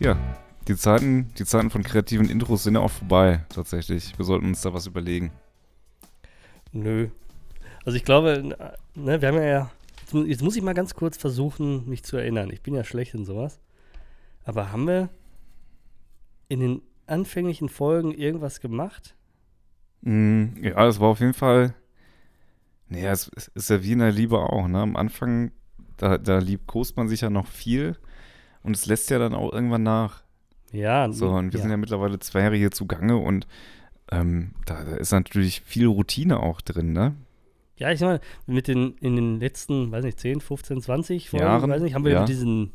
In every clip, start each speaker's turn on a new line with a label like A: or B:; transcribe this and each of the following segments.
A: Ja, die Zeiten von kreativen Intros sind ja auch vorbei, tatsächlich. Wir sollten uns da was überlegen.
B: Nö. Also ich glaube, ne, wir haben ja, jetzt muss ich mal ganz kurz versuchen, mich zu erinnern. Ich bin ja schlecht in sowas. Aber haben wir in den anfänglichen Folgen irgendwas gemacht?
A: Ja, das war auf jeden Fall, naja, es ist ja wie in der Liebe auch, ne? Am Anfang, da liebkost man sich ja noch viel und es lässt ja dann auch irgendwann nach.
B: Ja,
A: So, und wir sind ja mittlerweile 2 Jahre hier zugange und da ist natürlich viel Routine auch drin, ne?
B: Ja, ich sag mal, in den letzten, weiß nicht, 10, 15, 20 Folgen,
A: Jahren,
B: weiß nicht, haben wir
A: ja.
B: mit diesen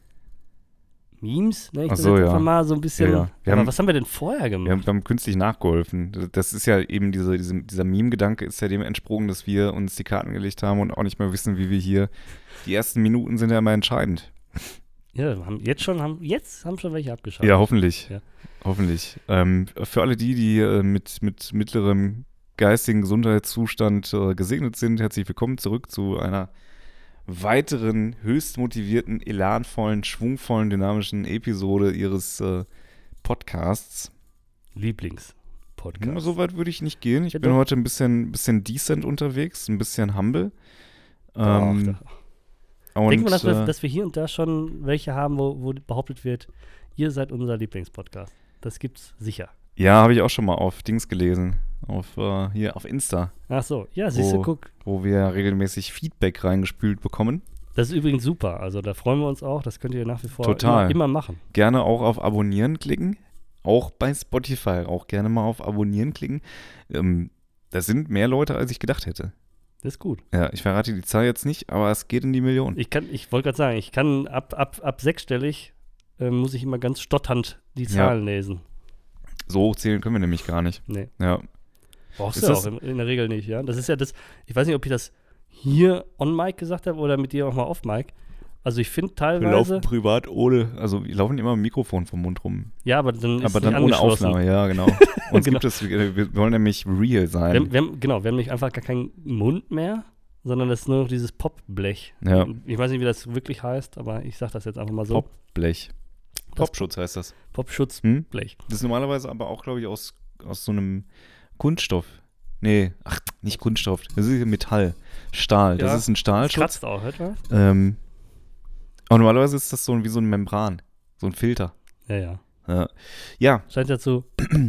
B: Memes, ne, ich
A: Ach
B: das
A: so,
B: jetzt
A: ja.
B: einfach mal so ein bisschen,
A: Ja, ja.
B: aber was haben wir denn vorher
A: Wir
B: gemacht?
A: haben künstlich nachgeholfen. Das ist ja eben dieser Meme-Gedanke ist ja dem entsprungen, dass wir uns die Karten gelegt haben und auch nicht mehr wissen, wie wir hier. Die ersten Minuten sind ja immer entscheidend.
B: Ja, jetzt haben schon welche abgeschaltet.
A: Ja, hoffentlich.
B: Ja.
A: Hoffentlich. Für alle die mit mittlerem geistigen Gesundheitszustand gesegnet sind, herzlich willkommen zurück zu einer weiteren höchst motivierten, elanvollen, schwungvollen, dynamischen Episode Ihres Podcasts.
B: Lieblingspodcast.
A: So weit würde ich nicht gehen. Ich
B: Ja,
A: bin
B: doch.
A: heute ein bisschen decent unterwegs, ein bisschen humble.
B: Denkt
A: Und,
B: man, dass wir hier und da schon welche haben, wo behauptet wird, ihr seid unser Lieblingspodcast. Das gibt's sicher.
A: ja, habe ich auch schon mal auf Dings gelesen. Hier auf Insta.
B: Ach so, ja, siehst du, guck.
A: Wo wir regelmäßig Feedback reingespült bekommen.
B: Das ist übrigens super. Also da freuen wir uns auch. Das könnt ihr nach wie vor
A: Total.
B: immer machen.
A: Gerne auch auf Abonnieren klicken. Auch bei Spotify auch gerne mal auf Abonnieren klicken. Das sind mehr Leute, als ich gedacht hätte.
B: Das ist gut.
A: Ja, ich verrate die Zahl jetzt nicht, aber es geht in die Millionen.
B: Ich wollte gerade sagen, ich kann ab sechsstellig muss ich immer ganz stotternd die Zahlen lesen.
A: So hoch zählen können wir nämlich gar nicht.
B: Nee.
A: Ja.
B: Brauchst
A: Ist
B: du
A: das-
B: auch in der Regel nicht, ja. Das ist ja das, ich weiß nicht, ob ich das hier on Mic gesagt habe oder mit dir auch mal off Mic. Also ich finde
A: Wir
B: teilweise,
A: laufen privat ohne, also wir laufen immer mit dem Mikrofon vom Mund rum.
B: ja, aber dann ist
A: Aber
B: es
A: dann
B: nicht
A: ohne
B: angeschlossen.
A: Aufnahme, ja, genau. Uns
B: Genau.
A: gibt es, wir wollen nämlich real sein.
B: Wir haben nämlich einfach gar keinen Mund mehr, sondern das ist nur noch dieses Popblech.
A: Ja.
B: Ich weiß nicht, wie das wirklich heißt, aber ich sage das jetzt einfach mal so.
A: Popblech. Popschutz heißt das.
B: Popschutzblech.
A: Das ist normalerweise aber auch, glaube ich, aus so einem Kunststoff. Nee, nicht Kunststoff. Das ist Metall. Stahl. Das
B: Ja,
A: ist ein
B: Das
A: Stahlschutz.
B: kratzt auch, hört man?
A: Aber normalerweise ist das so wie so eine Membran. So ein Filter.
B: Ja.
A: Ja,
B: Scheint dazu.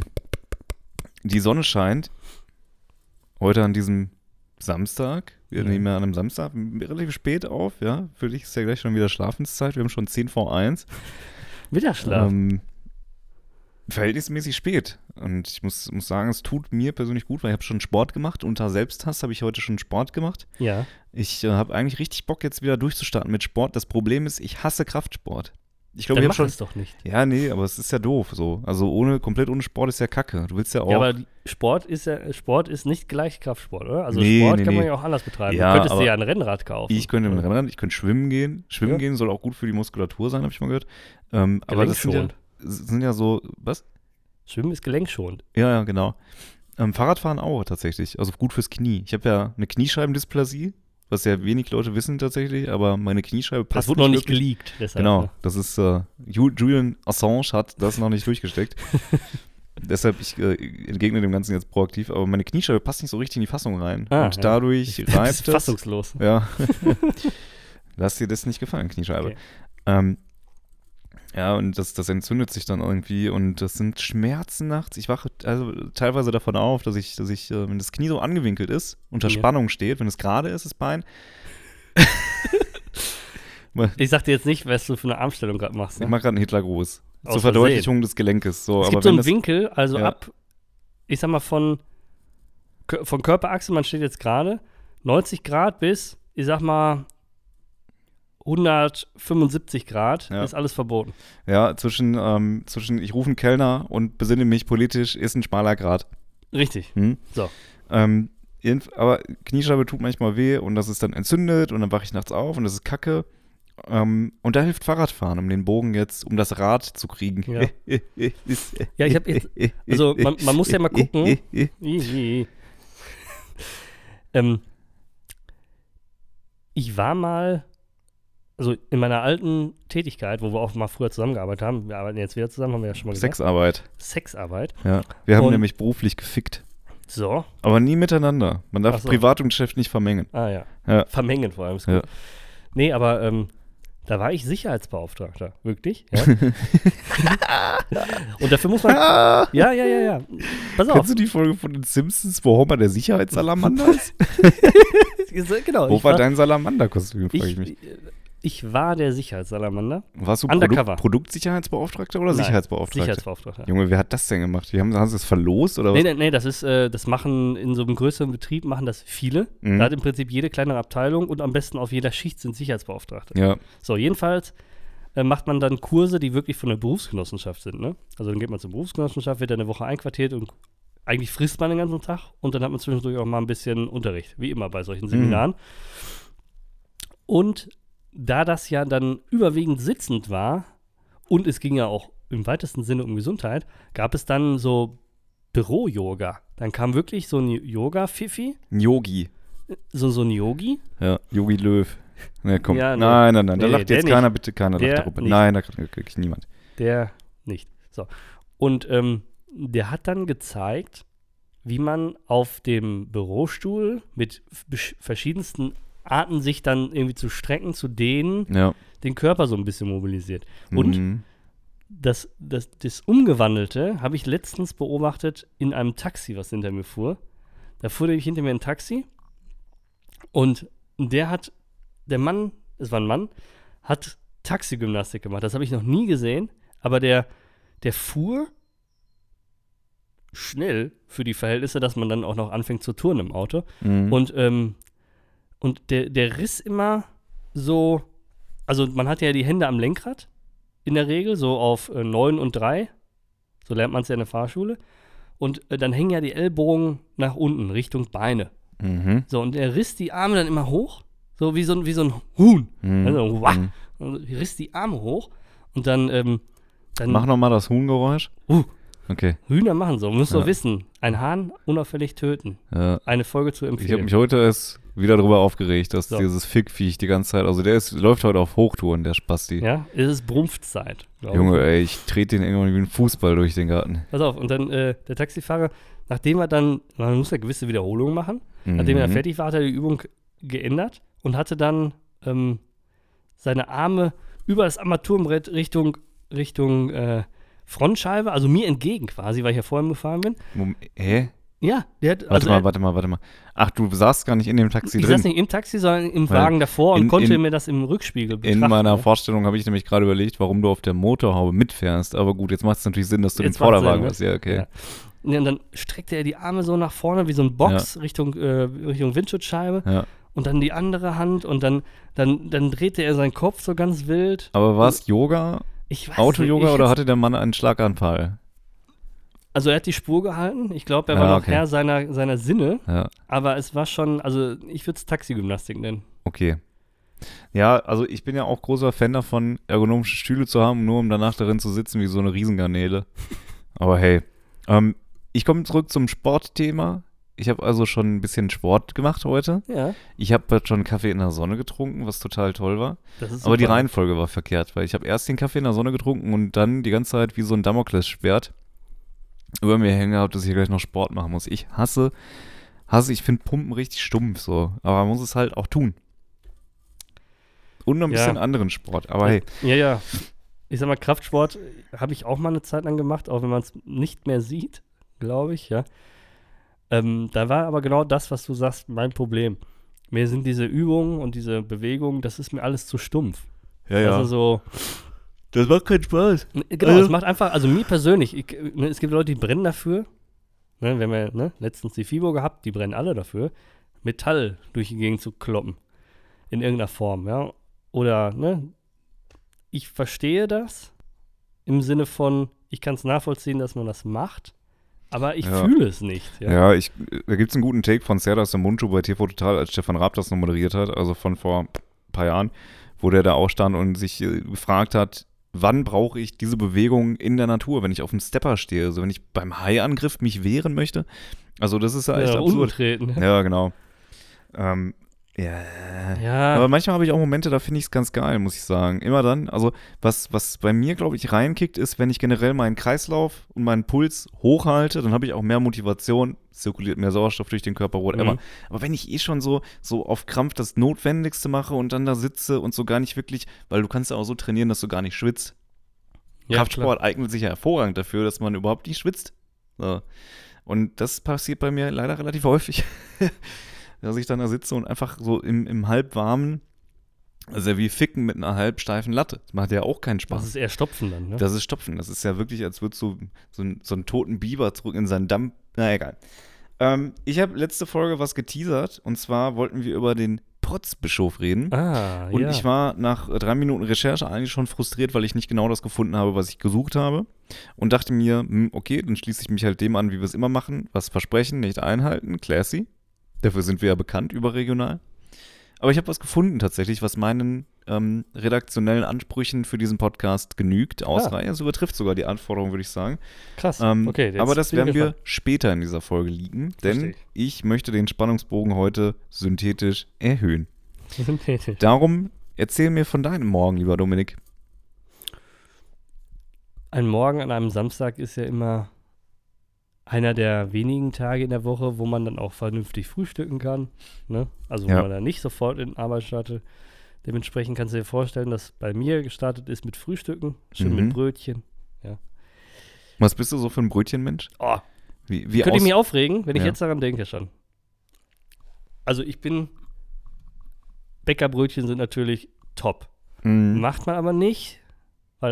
A: die Sonne scheint. Heute an diesem Samstag. Wir nehmen ja an einem Samstag relativ spät auf, ja. Für dich ist ja gleich schon wieder Schlafenszeit. Wir haben schon 10 vor 1.
B: Mittagsschlaf.
A: Verhältnismäßig spät. Und ich muss sagen, es tut mir persönlich gut, weil ich habe schon Sport gemacht. Unter Selbsthass habe ich heute schon Sport gemacht.
B: Ja.
A: Ich habe eigentlich richtig Bock, jetzt wieder durchzustarten mit Sport. Das Problem ist, ich hasse Kraftsport. Ich glaube,
B: Dann
A: ich
B: mach
A: habe schon.
B: es doch nicht.
A: Ja, nee, aber es ist ja doof so. Also komplett ohne Sport ist ja Kacke. Du willst ja auch.
B: Ja, aber Sport ist nicht gleich Kraftsport, oder? Also
A: Nee,
B: Sport
A: nee,
B: kann man
A: nee.
B: ja auch anders betreiben.
A: Ja,
B: Du könntest
A: aber
B: dir ja ein Rennrad kaufen.
A: Ich könnte mit dem Rennrad, ich könnte schwimmen gehen. Schwimmen
B: Ja.
A: gehen soll auch gut für die Muskulatur sein, habe ich mal gehört. Aber das sind ja so, was?
B: Schwimmen ist gelenkschonend.
A: Ja, genau. Fahrradfahren auch tatsächlich. Also gut fürs Knie. Ich habe ja eine Kniescheibendysplasie, was ja wenig Leute wissen tatsächlich, aber meine Kniescheibe passt
B: Das wurde noch nicht
A: wirklich.
B: geleakt. Deshalb,
A: Genau,
B: ne?
A: das ist Julian Assange hat das noch nicht durchgesteckt. Deshalb, ich entgegne dem Ganzen jetzt proaktiv, aber meine Kniescheibe passt nicht so richtig in die Fassung rein. Und
B: Ja.
A: dadurch
B: Ich bin
A: reibt es.
B: fassungslos.
A: Ja. Lass dir das nicht gefallen, Kniescheibe.
B: Okay.
A: Ja, und das entzündet sich dann irgendwie und das sind Schmerzen nachts. Ich wache also teilweise davon auf, dass ich wenn das Knie so angewinkelt ist, unter
B: Ja.
A: Spannung steht, wenn es gerade ist, das Bein.
B: Ich sag dir jetzt nicht, was du für eine Armstellung gerade machst.
A: Ich
B: Ne?
A: mache gerade einen Hitlergruß.
B: Aus
A: Zur Verdeutlichung des Gelenkes. So,
B: Es
A: aber
B: gibt so
A: wenn
B: einen
A: das,
B: Winkel, also
A: Ja.
B: ab, ich sag mal von Körperachse, man steht jetzt gerade, 90 Grad bis, ich sag mal, 175 Grad
A: Ja.
B: ist alles verboten.
A: ja, zwischen ich rufe einen Kellner und besinne mich politisch, ist ein schmaler Grad.
B: Richtig.
A: Hm?
B: So.
A: Aber Kniescheibe tut manchmal weh und das ist dann entzündet und dann wache ich nachts auf und das ist Kacke. Und da hilft Fahrradfahren, um den Bogen jetzt, um das Rad zu kriegen.
B: Ja. Ja, ich habe jetzt, also man muss ja mal gucken. Ich war mal also in meiner alten Tätigkeit, wo wir auch mal früher zusammengearbeitet haben, wir arbeiten jetzt wieder zusammen, haben wir ja schon mal gesagt. Sexarbeit.
A: Ja, wir haben
B: Und-
A: nämlich beruflich gefickt.
B: So.
A: Aber nie miteinander. Man darf
B: Ach so.
A: Privat und Geschäft nicht vermengen.
B: Ah ja.
A: Ja.
B: Vermengen vor allem. Ist
A: Ja.
B: gut. Nee, aber da war ich Sicherheitsbeauftragter. Wirklich? Ja. Und dafür muss man. Ja. Pass auf.
A: Kennst du die Folge von den Simpsons, wo Homer der Sicherheitssalamander ist?
B: Genau.
A: Wo war dein Salamander-Kostüm, frage ich mich.
B: Ich war der Sicherheitssalamander.
A: Warst du
B: Undercover.
A: Produktsicherheitsbeauftragter oder
B: Nein,
A: Sicherheitsbeauftragter?
B: Sicherheitsbeauftragter.
A: Junge, wer hat das denn gemacht? Haben sie es verlost oder was?
B: Nee, das ist, das machen in so einem größeren Betrieb, machen das viele.
A: Mhm.
B: Da hat im Prinzip jede kleinere Abteilung und am besten auf jeder Schicht sind Sicherheitsbeauftragte.
A: Ja.
B: So, jedenfalls macht man dann Kurse, die wirklich von der Berufsgenossenschaft sind, ne? Also dann geht man zur Berufsgenossenschaft, wird dann eine Woche einquartiert und eigentlich frisst man den ganzen Tag und dann hat man zwischendurch auch mal ein bisschen Unterricht, wie immer bei solchen Seminaren. Und da das ja dann überwiegend sitzend war und es ging ja auch im weitesten Sinne um Gesundheit, gab es dann so Büro-Yoga. Dann kam wirklich so ein Yoga-Fifi,
A: Ein Yogi.
B: so ein Yogi.
A: Ja, Yogi Löw. Ne, komm.
B: Ja, nee.
A: Nein. Da
B: Nee,
A: lacht
B: der
A: jetzt
B: nicht.
A: keiner, bitte keiner
B: Der
A: lacht darüber.
B: nicht.
A: Nein, da kann wirklich niemand.
B: Der nicht. So. Und der hat dann gezeigt, wie man auf dem Bürostuhl mit verschiedensten Arten sich dann irgendwie zu strecken, zu dehnen,
A: Ja.
B: den Körper so ein bisschen mobilisiert. Und
A: Mhm.
B: das Umgewandelte habe ich letztens beobachtet in einem Taxi, was hinter mir fuhr. Da fuhr nämlich hinter mir ein Taxi und der Mann, es war ein Mann, hat Taxigymnastik gemacht. Das habe ich noch nie gesehen, aber der fuhr schnell für die Verhältnisse, dass man dann auch noch anfängt zu turnen im Auto.
A: Mhm.
B: Und der riss immer so, also man hat ja die Hände am Lenkrad in der Regel, so auf 9 und 3. So lernt man es ja in der Fahrschule. Und dann hängen ja die Ellbogen nach unten, Richtung Beine.
A: Mhm.
B: So, und er riss die Arme dann immer hoch, so wie so ein Huhn.
A: Mhm.
B: Also, wah,
A: Mhm.
B: und riss die Arme hoch und dann
A: Mach nochmal das Huhngeräusch. Okay.
B: Hühner machen so. Musst du
A: Ja.
B: wissen, ein Hahn unauffällig töten.
A: Ja.
B: Eine Folge zu
A: Ich habe
B: empfehlen.
A: mich heute erst wieder darüber aufgeregt, dass
B: So.
A: dieses Fickviech die ganze Zeit, also läuft heute auf Hochtouren, der Spasti.
B: Ja, es ist Brumpfzeit. glaub ich.
A: Junge, ey, ich trete den irgendwann wie ein Fußball durch den Garten.
B: Pass auf, und dann der Taxifahrer, nachdem er dann, man muss ja gewisse Wiederholungen machen, nachdem er
A: Mhm.
B: fertig war, hat er die Übung geändert und hatte dann seine Arme über das Armaturenbrett Richtung Frontscheibe, also mir entgegen quasi, weil ich ja vor ihm gefahren bin.
A: Hä?
B: Ja, der hat,
A: Warte mal. Ach, du saßt gar nicht in dem Taxi
B: ich
A: drin.
B: saß nicht im Taxi, sondern im
A: Weil
B: Wagen davor und
A: in-
B: konnte
A: in-
B: mir das im Rückspiegel
A: In
B: betrachten.
A: meiner
B: ne?
A: Vorstellung habe ich nämlich gerade überlegt, warum du auf der Motorhaube mitfährst. Aber gut, jetzt macht es natürlich Sinn, dass du
B: Jetzt
A: den Vorderwagen
B: macht's
A: hast. Ja, okay.
B: Ja. Ja, und dann streckte er die Arme so nach vorne wie so ein Box Richtung Windschutzscheibe
A: Ja.
B: und dann die andere Hand und dann drehte er seinen Kopf so ganz wild.
A: Aber war es Yoga,
B: Ich weiß
A: Auto-Yoga
B: nicht,
A: oder hatte der Mann einen Schlaganfall?
B: Also er hat die Spur gehalten. Ich glaube, er
A: Ja,
B: war noch
A: okay.
B: Herr seiner Sinne.
A: Ja,
B: Aber es war schon, also ich würde es Taxigymnastik nennen.
A: okay. Ja, also ich bin ja auch großer Fan davon, ergonomische Stühle zu haben, nur um danach darin zu sitzen wie so eine Riesengarnele. Aber hey, ich komme zurück zum Sportthema. Ich habe also schon ein bisschen Sport gemacht heute.
B: Ja,
A: Ich habe schon Kaffee in der Sonne getrunken, was total toll war.
B: das ist
A: Aber die
B: super.
A: Reihenfolge war verkehrt, weil ich habe erst den Kaffee in der Sonne getrunken und dann die ganze Zeit wie so ein Damoklesschwert über mir hängen gehabt, dass ich hier gleich noch Sport machen muss. Ich hasse, ich finde Pumpen richtig stumpf so, aber man muss es halt auch tun. Und noch ein
B: Ja.
A: bisschen anderen Sport, aber hey,
B: Ja. Ich sag mal, Kraftsport habe ich auch mal eine Zeit lang gemacht, auch wenn man es nicht mehr sieht, glaube ich, ja. Da war aber genau das, was du sagst, mein Problem. Mir sind diese Übungen und diese Bewegungen, das ist mir alles zu stumpf. Also so,
A: das macht keinen Spaß.
B: genau, es macht einfach, also mir persönlich, es gibt Leute, die brennen dafür. Ne, wir haben ja letztens die FIBO gehabt, die brennen alle dafür, Metall durch die Gegend zu kloppen. In irgendeiner Form, ja. Oder, ich verstehe das im Sinne von, ich kann es nachvollziehen, dass man das macht, aber ich
A: Ja.
B: fühle es nicht. Ja.
A: Ja, da gibt es einen guten Take von Serdar Mundschuh bei TV Total, als Stefan Raab das noch moderiert hat, also von vor ein paar Jahren, wo der da auch stand und sich gefragt hat, wann brauche ich diese Bewegung in der Natur, wenn ich auf dem Stepper stehe, also wenn ich beim Haiangriff mich wehren möchte. Also das ist ja echt absurd.
B: Unbetreten.
A: Ja, genau.
B: Ja.
A: Aber manchmal habe ich auch Momente, da finde ich es ganz geil, muss ich sagen. Immer dann, also was bei mir, glaube ich, reinkickt, ist, wenn ich generell meinen Kreislauf und meinen Puls hochhalte, dann habe ich auch mehr Motivation, zirkuliert mehr Sauerstoff durch den Körper, whatever. Aber wenn ich schon so auf Krampf das Notwendigste mache und dann da sitze und so gar nicht wirklich, weil du kannst ja auch so trainieren, dass du gar nicht schwitzt.
B: Ja,
A: Kraftsport eignet sich ja hervorragend dafür, dass man überhaupt nicht schwitzt. So. Und das passiert bei mir leider relativ häufig. Dass ich dann da sitze und einfach so im halbwarmen, also wie Ficken mit einer halbsteifen Latte. Das macht ja auch keinen Spaß.
B: Das ist eher Stopfen dann, ne?
A: Das ist Stopfen. Das ist ja wirklich, als würdest du so einen toten Biber zurück in seinen Damm. Na egal. Ich habe letzte Folge was geteasert und zwar wollten wir über den Potzbischof reden. Und ich war nach 3 Minuten Recherche eigentlich schon frustriert, weil ich nicht genau das gefunden habe, was ich gesucht habe. Und dachte mir, okay, dann schließe ich mich halt dem an, wie wir es immer machen. Was versprechen, nicht einhalten. Classy. Dafür sind wir ja bekannt, überregional. Aber ich habe was gefunden tatsächlich, was meinen redaktionellen Ansprüchen für diesen Podcast genügt, ausreicht. Es übertrifft sogar die Anforderungen, würde ich sagen.
B: Krass, okay.
A: Aber das werden wir später in dieser Folge liegen, denn ich möchte den Spannungsbogen heute synthetisch erhöhen.
B: Synthetisch.
A: Darum erzähl mir von deinem Morgen, lieber Dominik.
B: Ein Morgen an einem Samstag ist ja immer einer der wenigen Tage in der Woche, wo man dann auch vernünftig frühstücken kann. Ne? Also wo man dann nicht sofort in Arbeit startet. Dementsprechend kannst du dir vorstellen, dass bei mir gestartet ist mit Frühstücken, schön mit Brötchen. Ja.
A: Was bist du so für ein Brötchenmensch?
B: Oh, könnte ich mich aufregen, wenn ich jetzt daran denke schon. Also Bäckerbrötchen sind natürlich top. Macht man aber nicht, weil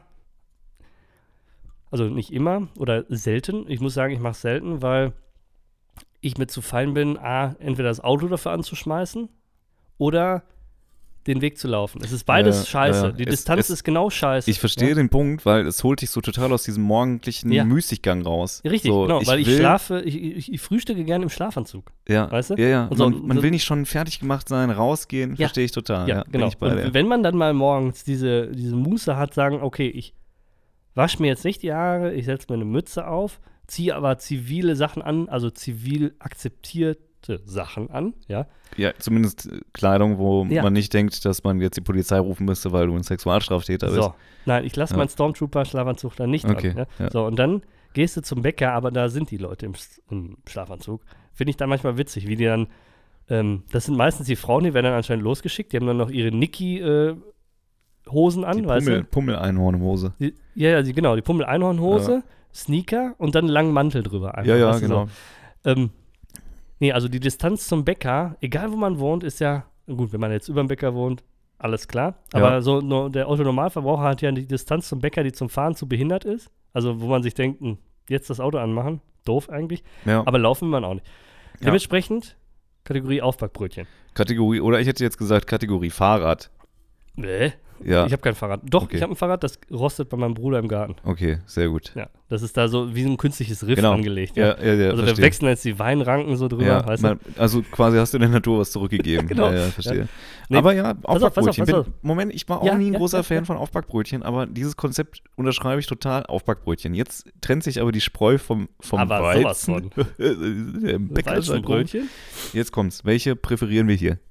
B: also nicht immer oder selten. Ich muss sagen, ich mache es selten, weil ich mir zu fein bin, entweder das Auto dafür anzuschmeißen oder den Weg zu laufen. Es ist beides scheiße. Die Distanz ist genau scheiße.
A: Ich verstehe den Punkt, weil es holt dich so total aus diesem morgendlichen Müßiggang raus.
B: Richtig,
A: so,
B: genau, weil ich schlafe, ich frühstücke gerne im Schlafanzug.
A: Ja,
B: weißt du?
A: Ja.
B: Und so,
A: man will nicht schon fertig gemacht sein, rausgehen, verstehe ich total.
B: Ja, genau. Und wenn man dann mal morgens diese Muße hat, sagen, okay, ich wasche mir jetzt nicht die Haare, ich setze mir eine Mütze auf, ziehe aber zivile Sachen an, also zivil akzeptierte Sachen an, ja.
A: Ja, zumindest Kleidung, wo man nicht denkt, dass man jetzt die Polizei rufen müsste, weil du ein Sexualstraftäter bist.
B: So, nein, ich lasse meinen Stormtrooper-Schlafanzug da nicht dran. Ja? So, und dann gehst du zum Bäcker, aber da sind die Leute im Schlafanzug. Finde ich dann manchmal witzig, wie die dann, das sind meistens die Frauen, die werden dann anscheinend losgeschickt, die haben dann noch ihre Niki-Hosen an,
A: die
B: weißt du?
A: Pummel-Einhornhose.
B: Genau, die Pummel-Einhornhose, Sneaker und dann einen langen Mantel drüber. Einfach,
A: ja, genau.
B: So. Also die Distanz zum Bäcker, egal wo man wohnt, ist ja, gut, wenn man jetzt über dem Bäcker wohnt, alles klar. Aber so der Autonormalverbraucher hat ja die Distanz zum Bäcker, die zum Fahren zu behindert ist. Also wo man sich denkt, jetzt das Auto anmachen, doof eigentlich. Ja. Aber laufen will man auch nicht. Ja. Dementsprechend Kategorie Aufbackbrötchen.
A: Oder ich hätte jetzt gesagt Kategorie Fahrrad.
B: Nee.
A: Ja.
B: Ich habe kein Fahrrad. Doch, ich habe ein Fahrrad, das rostet bei meinem Bruder im Garten.
A: Okay, sehr gut.
B: Ja, das ist da so wie ein künstliches Riff angelegt.
A: Ja,
B: also da wechseln jetzt die Weinranken so drüber. Weißt du?
A: Also quasi hast du der Natur was zurückgegeben.
B: Genau.
A: Ja, verstehe. Ja.
B: Nee,
A: aber ja, Aufbackbrötchen.
B: Pass auf.
A: Moment, ich war auch nie ein großer Fan von Aufbackbrötchen, aber dieses Konzept unterschreibe ich total. Aufbackbrötchen. Jetzt trennt sich aber die Spreu vom
B: aber
A: Weizen.
B: Weizenbrötchen?
A: Jetzt kommt's. Welche präferieren wir hier?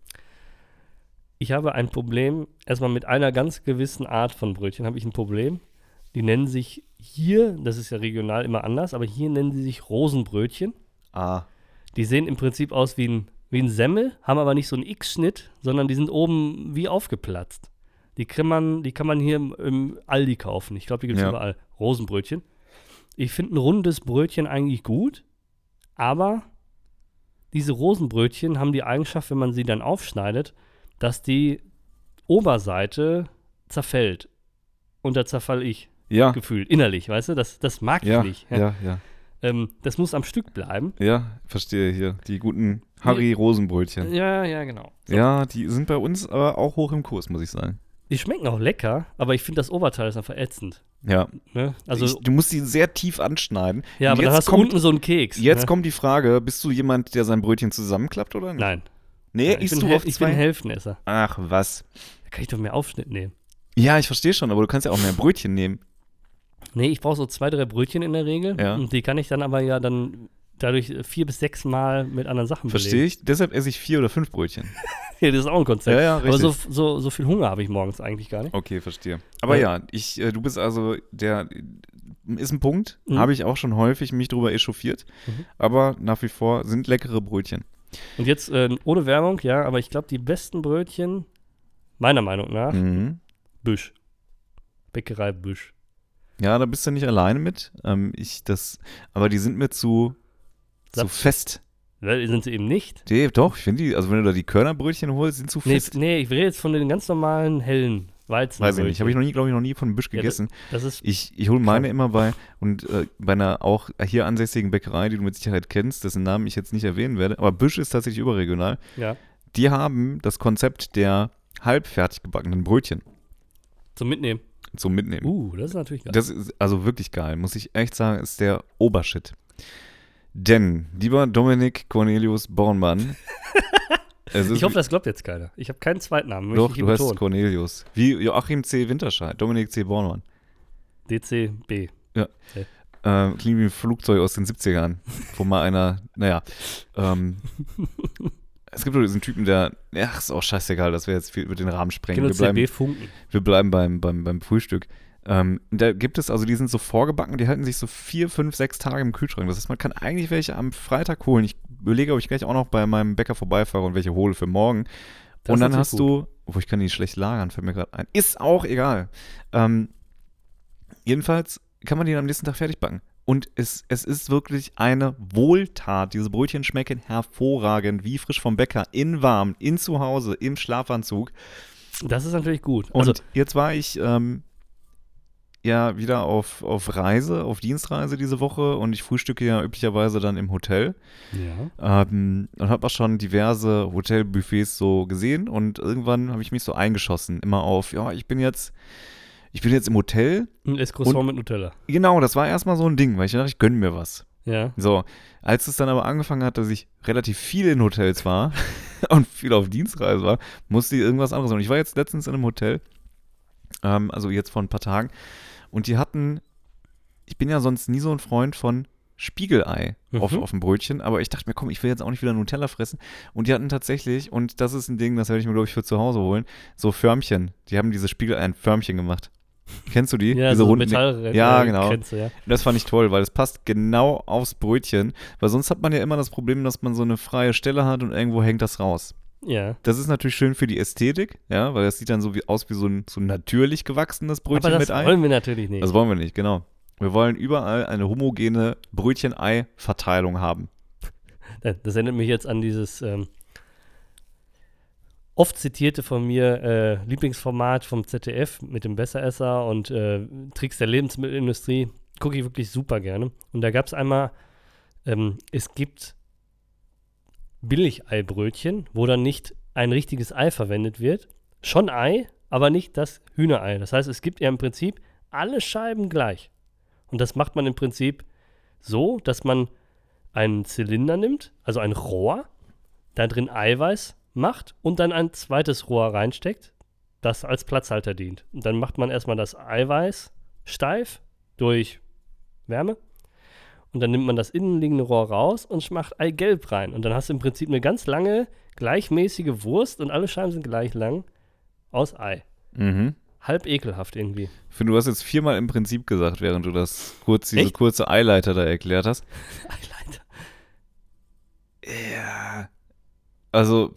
B: Ich habe ein Problem, erstmal mit einer ganz gewissen Art von Brötchen habe ich ein Problem. Die nennen sich hier, das ist ja regional immer anders, aber hier nennen sie sich Rosenbrötchen. Die sehen im Prinzip aus wie ein Semmel, haben aber nicht so einen X-Schnitt, sondern die sind oben wie aufgeplatzt. Die kann man hier im Aldi kaufen. Ich glaube, die gibt es überall. Rosenbrötchen. Ich finde ein rundes Brötchen eigentlich gut, aber diese Rosenbrötchen haben die Eigenschaft, wenn man sie dann aufschneidet, dass die Oberseite zerfällt. Und da zerfall ich. Gefühlt, innerlich, weißt du? Das mag ich nicht.
A: Ja.
B: Das muss am Stück bleiben.
A: Ja, verstehe hier. Die guten Harry-Rosenbrötchen.
B: Ja, genau.
A: So. Ja, die sind bei uns aber auch hoch im Kurs, muss ich sagen.
B: Die schmecken auch lecker, aber ich finde, das Oberteil ist einfach ätzend.
A: Ja.
B: Ne? Also,
A: du musst sie sehr tief anschneiden.
B: Ja, aber dann hast du unten so einen Keks.
A: Jetzt kommt die Frage, bist du jemand, der sein Brötchen zusammenklappt oder nicht?
B: Nein.
A: Nee,
B: ich bin Hälftenesser.
A: Ach, was?
B: Da kann ich doch mehr Aufschnitt nehmen.
A: Ja, ich verstehe schon, aber du kannst ja auch mehr Brötchen nehmen.
B: Nee, ich brauche so 2, 3 Brötchen in der Regel.
A: Ja.
B: Und die kann ich dann aber dann dadurch 4 bis 6 Mal mit anderen Sachen
A: Verstehe ich. Deshalb esse ich 4 oder 5 Brötchen.
B: Ja, das ist auch ein Konzept.
A: Ja,
B: aber
A: richtig.
B: so viel Hunger habe ich morgens eigentlich gar nicht.
A: Okay, verstehe. Aber ja, du bist also ist ein Punkt,
B: Mhm.
A: habe ich auch schon häufig mich drüber echauffiert, aber nach wie vor sind leckere Brötchen.
B: Und jetzt ohne Werbung, ja, aber ich glaube, die besten Brötchen, meiner Meinung nach,
A: Mhm.
B: Büsch. Bäckerei Büsch.
A: Ja, da bist du nicht alleine mit. Aber die sind mir zu
B: Satt.
A: fest.
B: Sind sie eben nicht?
A: Nee, doch, ich finde die, also wenn du da die Körnerbrötchen holst, sind zu fest.
B: Nee, ich rede jetzt von den ganz normalen hellen Weizen.
A: Weiß ich nicht, habe ich glaube ich, noch nie von Büsch gegessen.
B: Das ist
A: Ich hole meine immer bei einer auch hier ansässigen Bäckerei, die du mit Sicherheit kennst, dessen Namen ich jetzt nicht erwähnen werde, aber Büsch ist tatsächlich überregional.
B: ja,
A: Die haben das Konzept der halbfertig gebackenen Brötchen
B: zum Mitnehmen.
A: zum Mitnehmen.
B: Das ist natürlich geil.
A: Das ist also wirklich geil, muss ich echt sagen, ist der Obershit. Denn, lieber Dominik Cornelius Bornmann,
B: Ich hoffe, das glaubt jetzt keiner. Ich habe keinen Zweitnamen, möchte
A: doch,
B: ich hier
A: du heißt
B: betonen.
A: Cornelius. Wie Joachim C. Winterscheid, Dominik C. Bornmann.
B: DCB.
A: Klingt wie ein Flugzeug aus den 70ern, wo mal einer, es gibt doch diesen Typen, ist auch scheißegal, dass wir jetzt viel über den Rahmen sprengen.
B: CB Funken.
A: Wir bleiben beim Frühstück. Da gibt es, also die sind so vorgebacken, die halten sich so 4, 5, 6 Tage im Kühlschrank. Das heißt, man kann eigentlich welche am Freitag holen. Ich überlege, ob ich gleich auch noch bei meinem Bäcker vorbeifahre und welche hole für morgen.
B: Das
A: Und dann
B: ist
A: hast
B: natürlich
A: du, ich kann die schlecht lagern, fällt mir gerade ein. Ist auch egal. Jedenfalls kann man die am nächsten Tag fertig backen. Und es ist wirklich eine Wohltat. Diese Brötchen schmecken hervorragend, wie frisch vom Bäcker, in warm, in zu Hause, im Schlafanzug.
B: Das ist natürlich gut.
A: Und jetzt war ich wieder auf Reise, auf Dienstreise diese Woche und ich frühstücke ja üblicherweise dann im Hotel.
B: Ja.
A: Und habe auch schon diverse Hotelbuffets so gesehen und irgendwann habe ich mich so eingeschossen, immer auf, ja, ich bin jetzt im Hotel.
B: Ein Escroissant mit Nutella.
A: Genau, das war erstmal so ein Ding, weil ich dachte, ich gönne mir was.
B: Ja.
A: So, als es dann aber angefangen hat, dass ich relativ viel in Hotels war und viel auf Dienstreise war, musste ich irgendwas anderes machen. Ich war jetzt letztens in einem Hotel, also jetzt vor ein paar Tagen, und die hatten, ich bin ja sonst nie so ein Freund von Spiegelei auf dem Brötchen, aber ich dachte mir, komm, ich will jetzt auch nicht wieder Nutella fressen. Und die hatten tatsächlich, und das ist ein Ding, das werde ich mir, glaube ich, für zu Hause holen, so Förmchen. Die haben diese Spiegelei in Förmchen gemacht. Kennst du die?
B: Ja,
A: diese
B: so
A: runden Ja, genau.
B: Grenze, ja.
A: Das fand ich toll, weil es passt genau aufs Brötchen, weil sonst hat man ja immer das Problem, dass man so eine freie Stelle hat und irgendwo hängt das raus.
B: Ja.
A: Das ist natürlich schön für die Ästhetik, ja, weil das sieht dann so aus wie so ein natürlich gewachsenes Brötchen
B: Aber das
A: mit Ei.
B: wollen wir natürlich nicht.
A: Das wollen wir nicht, genau. Wir wollen überall eine homogene Brötchen-Ei-Verteilung haben.
B: Das erinnert mich jetzt an dieses oft zitierte von mir Lieblingsformat vom ZDF mit dem Besseresser und Tricks der Lebensmittelindustrie. Gucke ich wirklich super gerne. Und da gab es einmal, es gibt Billigeibrötchen, wo dann nicht ein richtiges Ei verwendet wird. Schon Ei, aber nicht das Hühnerei. Das heißt, es gibt ja im Prinzip alle Scheiben gleich. Und das macht man im Prinzip so, dass man einen Zylinder nimmt, also ein Rohr, da drin Eiweiß macht und dann ein zweites Rohr reinsteckt, das als Platzhalter dient. Und dann macht man erstmal das Eiweiß steif durch Wärme und dann nimmt man das innenliegende Rohr raus und macht Eigelb rein. Und dann hast du im Prinzip eine ganz lange, gleichmäßige Wurst und alle Scheiben sind gleich lang aus Ei.
A: Mhm.
B: Halb ekelhaft irgendwie.
A: Ich finde, du hast jetzt 4-mal im Prinzip gesagt, während du diese kurze Eileiter da erklärt hast.
B: Eileiter.
A: Ja. Also,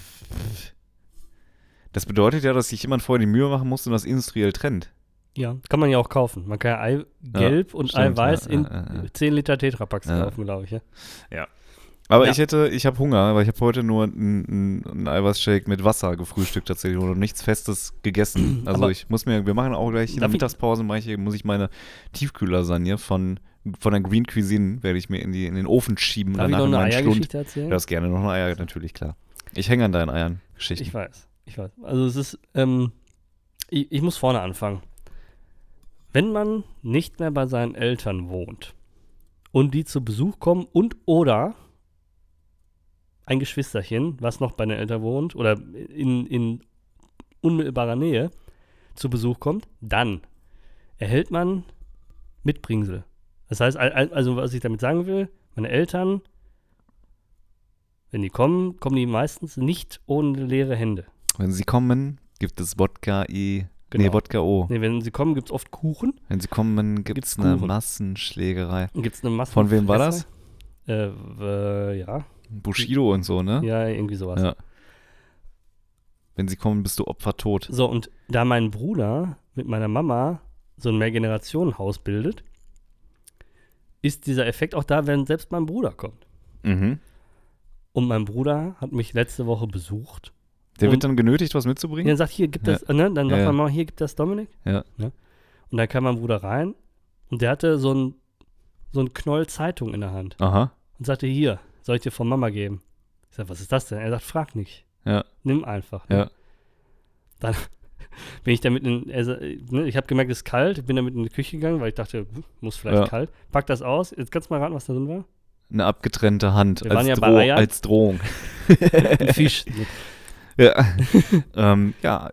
A: das bedeutet ja, dass sich jemand vorher die Mühe machen muss und das industriell trennt.
B: Ja, kann man ja auch kaufen. Man kann ja Eigelb und
A: stimmt,
B: Eiweiß
A: ja,
B: in 10 Liter Tetrapacks kaufen, glaube ich. Ja.
A: Aber
B: Ja.
A: ich habe Hunger, weil ich habe heute nur einen Eiweißshake mit Wasser gefrühstückt tatsächlich und nichts Festes gegessen. Also
B: Aber
A: wir machen auch gleich in der Mittagspause, muss ich meine Tiefkühllasagne von der Green Cuisine, werde ich mir in den Ofen schieben und
B: Darf ich
A: danach
B: noch
A: in
B: eine
A: meinen Schlund.
B: Eiergeschichte erzählen?
A: Du darfst gerne noch eine Eier, natürlich, klar. Ich hänge an deinen Eiern, Geschichten.
B: Ich weiß. Also es ist, ich muss vorne anfangen. Wenn man nicht mehr bei seinen Eltern wohnt und die zu Besuch kommen und oder ein Geschwisterchen, was noch bei den Eltern wohnt oder in unmittelbarer Nähe zu Besuch kommt, dann erhält man Mitbringsel. Das heißt, also was ich damit sagen will, Meine Eltern, wenn die kommen, kommen die meistens nicht ohne leere Hände.
A: Wenn sie kommen, gibt es Wodka E.
B: Genau.
A: Nee, Wodka O.
B: Nee, wenn sie kommen, gibt es oft Kuchen.
A: Wenn sie kommen, gibt es
B: Gibt's
A: eine
B: Kuchen.
A: Massenschlägerei.
B: Gibt's eine Masse.
A: Von wem war das?
B: Ja.
A: Bushido und so, ne?
B: Ja, irgendwie sowas.
A: Ja. Wenn sie kommen, bist du opfertot.
B: So, und da mein Bruder mit meiner Mama so ein Mehrgenerationenhaus bildet, ist dieser Effekt auch da, wenn selbst mein Bruder kommt.
A: Mhm.
B: Und mein Bruder hat mich letzte Woche besucht.
A: Der
B: Und-
A: wird dann genötigt, was
B: Und
A: mitzubringen?
B: dann sagt, hier, gibt das, ne? Dann sagt
A: Ja.
B: meine Mama, hier, gibt das Dominik.
A: Ja.
B: Ne? Und dann kam mein Bruder rein und der hatte so ein Knoll Zeitung in der Hand
A: Aha.
B: und sagte, hier, soll ich dir von Mama geben? Ich sag, was ist das denn? Er sagt, frag nicht.
A: Ja.
B: Nimm einfach. Ne?
A: Ja.
B: Dann bin ich damit ich habe gemerkt, es ist kalt, bin damit in die Küche gegangen, weil ich dachte, muss vielleicht
A: Ja.
B: kalt. Pack das aus. Jetzt kannst du mal raten, was da drin war.
A: Eine abgetrennte Hand
B: Wir waren
A: als,
B: ja bei Eiern.
A: als Drohung.
B: Ein Fisch.
A: Ja. Ja,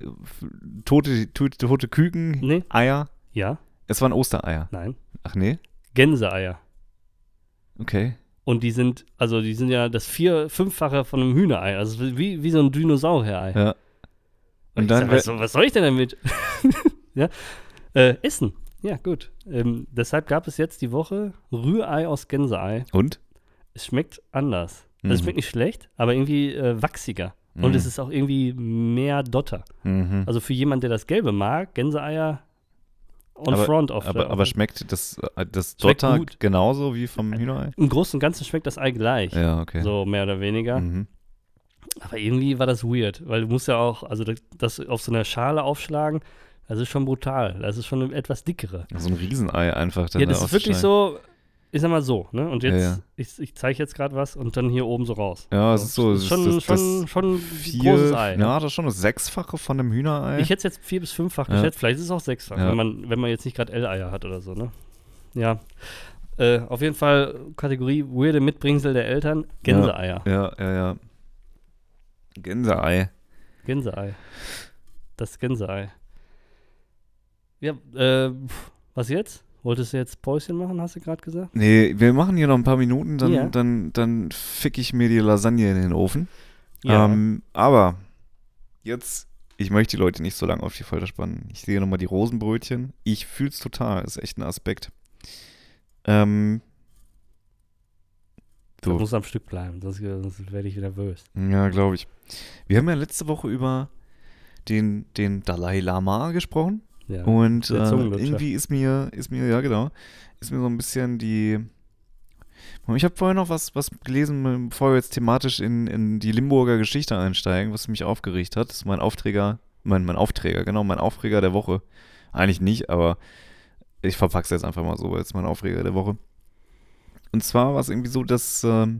A: tote Küken,
B: Nee.
A: Eier.
B: Ja,
A: Es waren Ostereier.
B: nein.
A: Ach nee?
B: Gänseeier.
A: Okay.
B: Und die sind ja das 5-fache von einem Hühnerei. Also wie so ein Dinosaurier-Ei.
A: Ja. Und
B: Ich
A: dann
B: sag, was soll ich denn damit? Ja? Essen. Ja, gut. Deshalb gab es jetzt die Woche Rührei aus Gänseei.
A: und?
B: Es schmeckt anders. Also es schmeckt nicht schlecht, aber irgendwie wachsiger. Und es ist auch irgendwie mehr Dotter.
A: Mhm.
B: Also für jemanden, der das Gelbe mag, Gänseeier on
A: aber,
B: front of
A: aber schmeckt das
B: Schmeckt
A: Dotter
B: gut.
A: genauso wie vom Hühnerei?
B: im Großen und Ganzen schmeckt das Ei gleich.
A: Ja, okay.
B: So mehr oder weniger.
A: Mhm.
B: Aber irgendwie war das weird, weil du musst ja auch, also das auf so einer Schale aufschlagen, das ist schon brutal. Das ist schon eine etwas dickere.
A: So ein Riesenei einfach. Dann
B: Ja,
A: da
B: das ist wirklich
A: auszuschneiden.
B: so, ich sag mal so, ne? Und jetzt,
A: Ja, ja.
B: ich zeige jetzt gerade was und dann hier oben so raus.
A: Ja, es ist so.
B: Das ist schon ein
A: vier,
B: großes Ei. Ne?
A: Ja, das ist schon das Sechsfache von einem Hühnerei.
B: Ich hätte es jetzt 4- bis 5-fach
A: Ja.
B: geschätzt, vielleicht ist es auch 6-fach,
A: Ja.
B: wenn man jetzt nicht gerade L-Eier hat oder so, ne? Ja. Auf jeden Fall Kategorie weirde Mitbringsel der Eltern, Gänseeier.
A: Ja. Gänseei.
B: Gänseei. Das Gänseei. Ja, was jetzt? Wolltest du jetzt Päuschen machen, hast du gerade gesagt?
A: Nee, wir machen hier noch ein paar Minuten, dann,
B: Ja.
A: dann fick ich mir die Lasagne in den Ofen.
B: Ja.
A: Aber jetzt, ich möchte die Leute nicht so lange auf die Folter spannen. Ich sehe nochmal die Rosenbrötchen. Ich fühle es total, ist echt ein Aspekt.
B: Das
A: Du.
B: muss am Stück bleiben, sonst werde ich wieder nervös.
A: Ja, glaube ich. Wir haben ja letzte Woche über den Dalai Lama gesprochen.
B: Ja.
A: Und
B: der Zungenlutscher.
A: irgendwie ist mir, ja genau, ist mir so ein bisschen ich habe vorher noch was gelesen, bevor wir jetzt thematisch in die Limburger Geschichte einsteigen, was mich aufgeregt hat. Das ist mein Aufträger der Woche. Eigentlich nicht, aber ich verpack's jetzt einfach mal so, weil es mein Aufreger der Woche. Und zwar war es irgendwie so, dass ein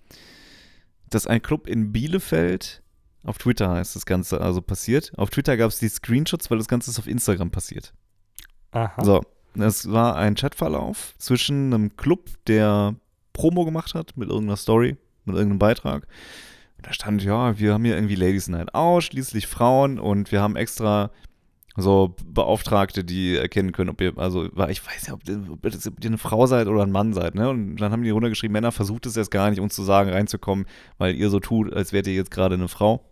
A: Club in Bielefeld, auf Twitter ist das Ganze also passiert. Auf Twitter gab es die Screenshots, weil das Ganze ist auf Instagram passiert.
B: Aha.
A: So, das war ein Chatverlauf zwischen einem Club, der Promo gemacht hat mit irgendeiner Story, mit irgendeinem Beitrag. Da stand, ja, wir haben hier irgendwie Ladies Night Out, schließlich Frauen und wir haben extra so Beauftragte, die erkennen können, ob ihr, also ich weiß ja, ob ihr eine Frau seid oder ein Mann seid, ne? Und dann haben die runtergeschrieben, Männer, versucht es jetzt gar nicht, uns zu sagen, reinzukommen, weil ihr so tut, als wärt ihr jetzt gerade eine Frau.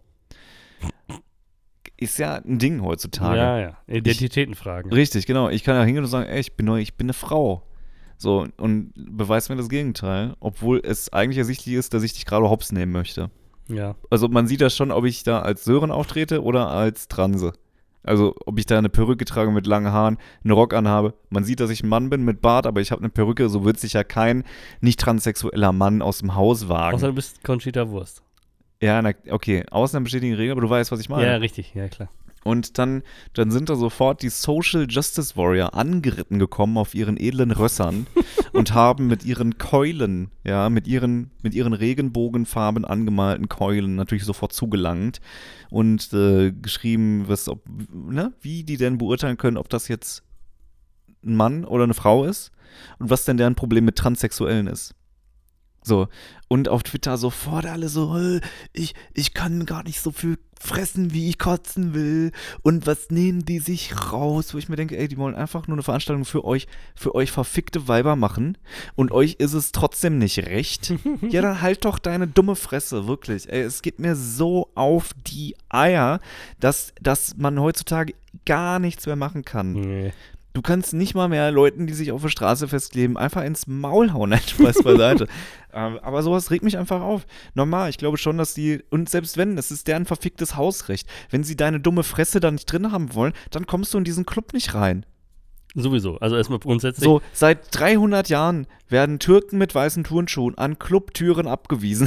A: Ist ja ein Ding heutzutage.
B: Ja. Identitätenfragen.
A: Richtig, genau. Ich kann ja hingehen und sagen, ey, ich bin eine Frau. So, und beweist mir das Gegenteil, obwohl es eigentlich ersichtlich ist, dass ich dich gerade hops nehmen möchte.
B: Ja.
A: Also man sieht das schon, ob ich da als Sören auftrete oder als Transe. Also ob ich da eine Perücke trage mit langen Haaren, einen Rock anhabe. Man sieht, dass ich ein Mann bin mit Bart, aber ich habe eine Perücke, so wird sich ja kein nicht transsexueller Mann aus dem Haus wagen.
B: Außer du bist Conchita Wurst.
A: Ja, okay, Ausnahmen bestätigen Regeln, aber du weißt, was ich meine.
B: Ja, richtig, ja klar.
A: Und dann sind da sofort die Social Justice Warrior angeritten gekommen auf ihren edlen Rössern und haben mit ihren Keulen, ja, mit ihren regenbogenfarben angemalten Keulen natürlich sofort zugelangt und geschrieben, wie die denn beurteilen können, ob das jetzt ein Mann oder eine Frau ist und was denn deren Problem mit Transsexuellen ist. So, und auf Twitter sofort alle so, ich kann gar nicht so viel fressen, wie ich kotzen will. Und was nehmen die sich raus? Wo ich mir denke, ey, die wollen einfach nur eine Veranstaltung für euch verfickte Weiber machen. Und euch ist es trotzdem nicht recht. Ja, dann halt doch deine dumme Fresse, wirklich. Ey, es geht mir so auf die Eier, dass man heutzutage gar nichts mehr machen kann.
B: Nee.
A: Du kannst nicht mal mehr Leuten, die sich auf der Straße festkleben, einfach ins Maul hauen. Nein, Spaß beiseite. Aber sowas regt mich einfach auf. Normal, ich glaube schon, dass die, und selbst wenn, das ist deren verficktes Hausrecht. Wenn sie deine dumme Fresse da nicht drin haben wollen, dann kommst du in diesen Club nicht rein.
B: Sowieso. Also erstmal grundsätzlich.
A: So, seit 300 Jahren werden Türken mit weißen Turnschuhen an Clubtüren abgewiesen.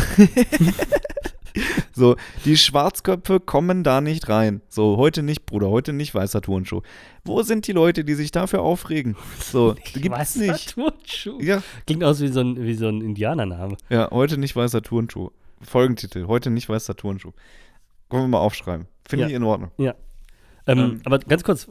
A: So, die Schwarzköpfe kommen da nicht rein. So, heute nicht, Bruder, heute nicht weißer Turnschuh. Wo sind die Leute, die sich dafür aufregen? So, gibt's nicht.
B: Turnschuh.
A: Ja.
B: Klingt aus wie so ein Indianername.
A: Ja, heute nicht weißer Turnschuh. Folgentitel, heute nicht weißer Turnschuh. Können wir mal aufschreiben. Finde ich in Ordnung.
B: Ja. Aber ganz kurz,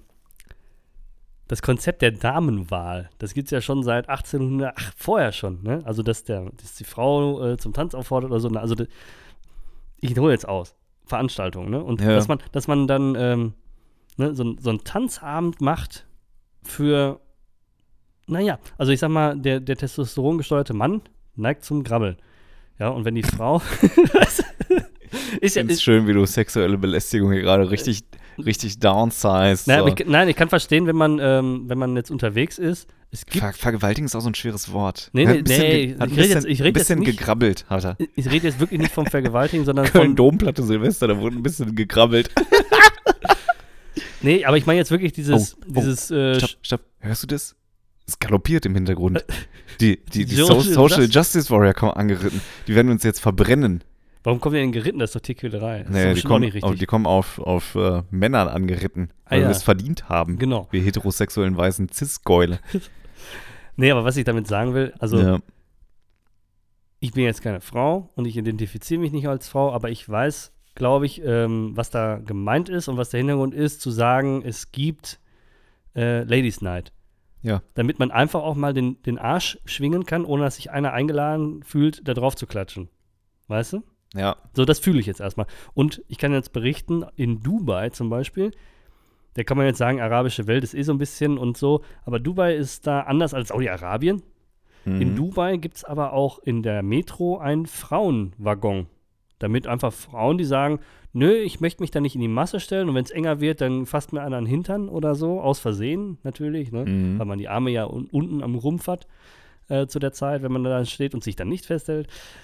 B: das Konzept der Damenwahl, das gibt es ja schon seit 1800, vorher schon, ne? Also, dass die Frau zum Tanz auffordert oder so. Also, ich hole jetzt aus. Veranstaltung, ne? Und dass man dann ne, so einen Tanzabend macht für, naja, also ich sag mal, der testosterongesteuerte Mann neigt zum Grabbeln. Ja, und wenn die Frau
A: ist schön, wie du sexuelle Belästigung hier gerade richtig downsized.
B: Naja, so. Ich kann verstehen, wenn man jetzt unterwegs ist. Es gibt
A: Vergewaltigen ist auch so ein schweres Wort.
B: Nee,
A: ich rede ein bisschen gegrabbelt, hat er.
B: Ich rede jetzt wirklich nicht vom Vergewaltigen, sondern
A: von Domplatte Silvester, da wurde ein bisschen gegrabbelt.
B: Nee, aber ich meine jetzt wirklich dieses
A: Stopp. Hörst du das? Es galoppiert im Hintergrund. Die Social Justice Warrior kommen angeritten. Die werden uns jetzt verbrennen.
B: Warum kommen die denn geritten? Das ist doch Tierquälerei.
A: Nee, die kommen auf Männern angeritten, weil wir es verdient haben.
B: Genau.
A: Wir heterosexuellen weißen Cis-Gäule.
B: Nee, aber was ich damit sagen will, also ich bin jetzt keine Frau und ich identifiziere mich nicht als Frau, aber ich weiß, glaube ich, was da gemeint ist und was der Hintergrund ist, zu sagen, es gibt Ladies Night.
A: Ja.
B: Damit man einfach auch mal den Arsch schwingen kann, ohne dass sich einer eingeladen fühlt, da drauf zu klatschen. Weißt du?
A: Ja.
B: So, das fühle ich jetzt erstmal. Und ich kann jetzt berichten, in Dubai zum Beispiel, da kann man jetzt sagen, arabische Welt ist so ein bisschen und so, aber Dubai ist da anders als Saudi-Arabien. Mhm. In Dubai gibt es aber auch in der Metro einen Frauenwaggon. Damit einfach Frauen, die sagen, nö, ich möchte mich da nicht in die Masse stellen und wenn es enger wird, dann fasst mir einer an den Hintern oder so, aus Versehen natürlich, ne? Weil man die Arme ja unten am Rumpf hat zu der Zeit, wenn man da steht und sich dann nicht festhält.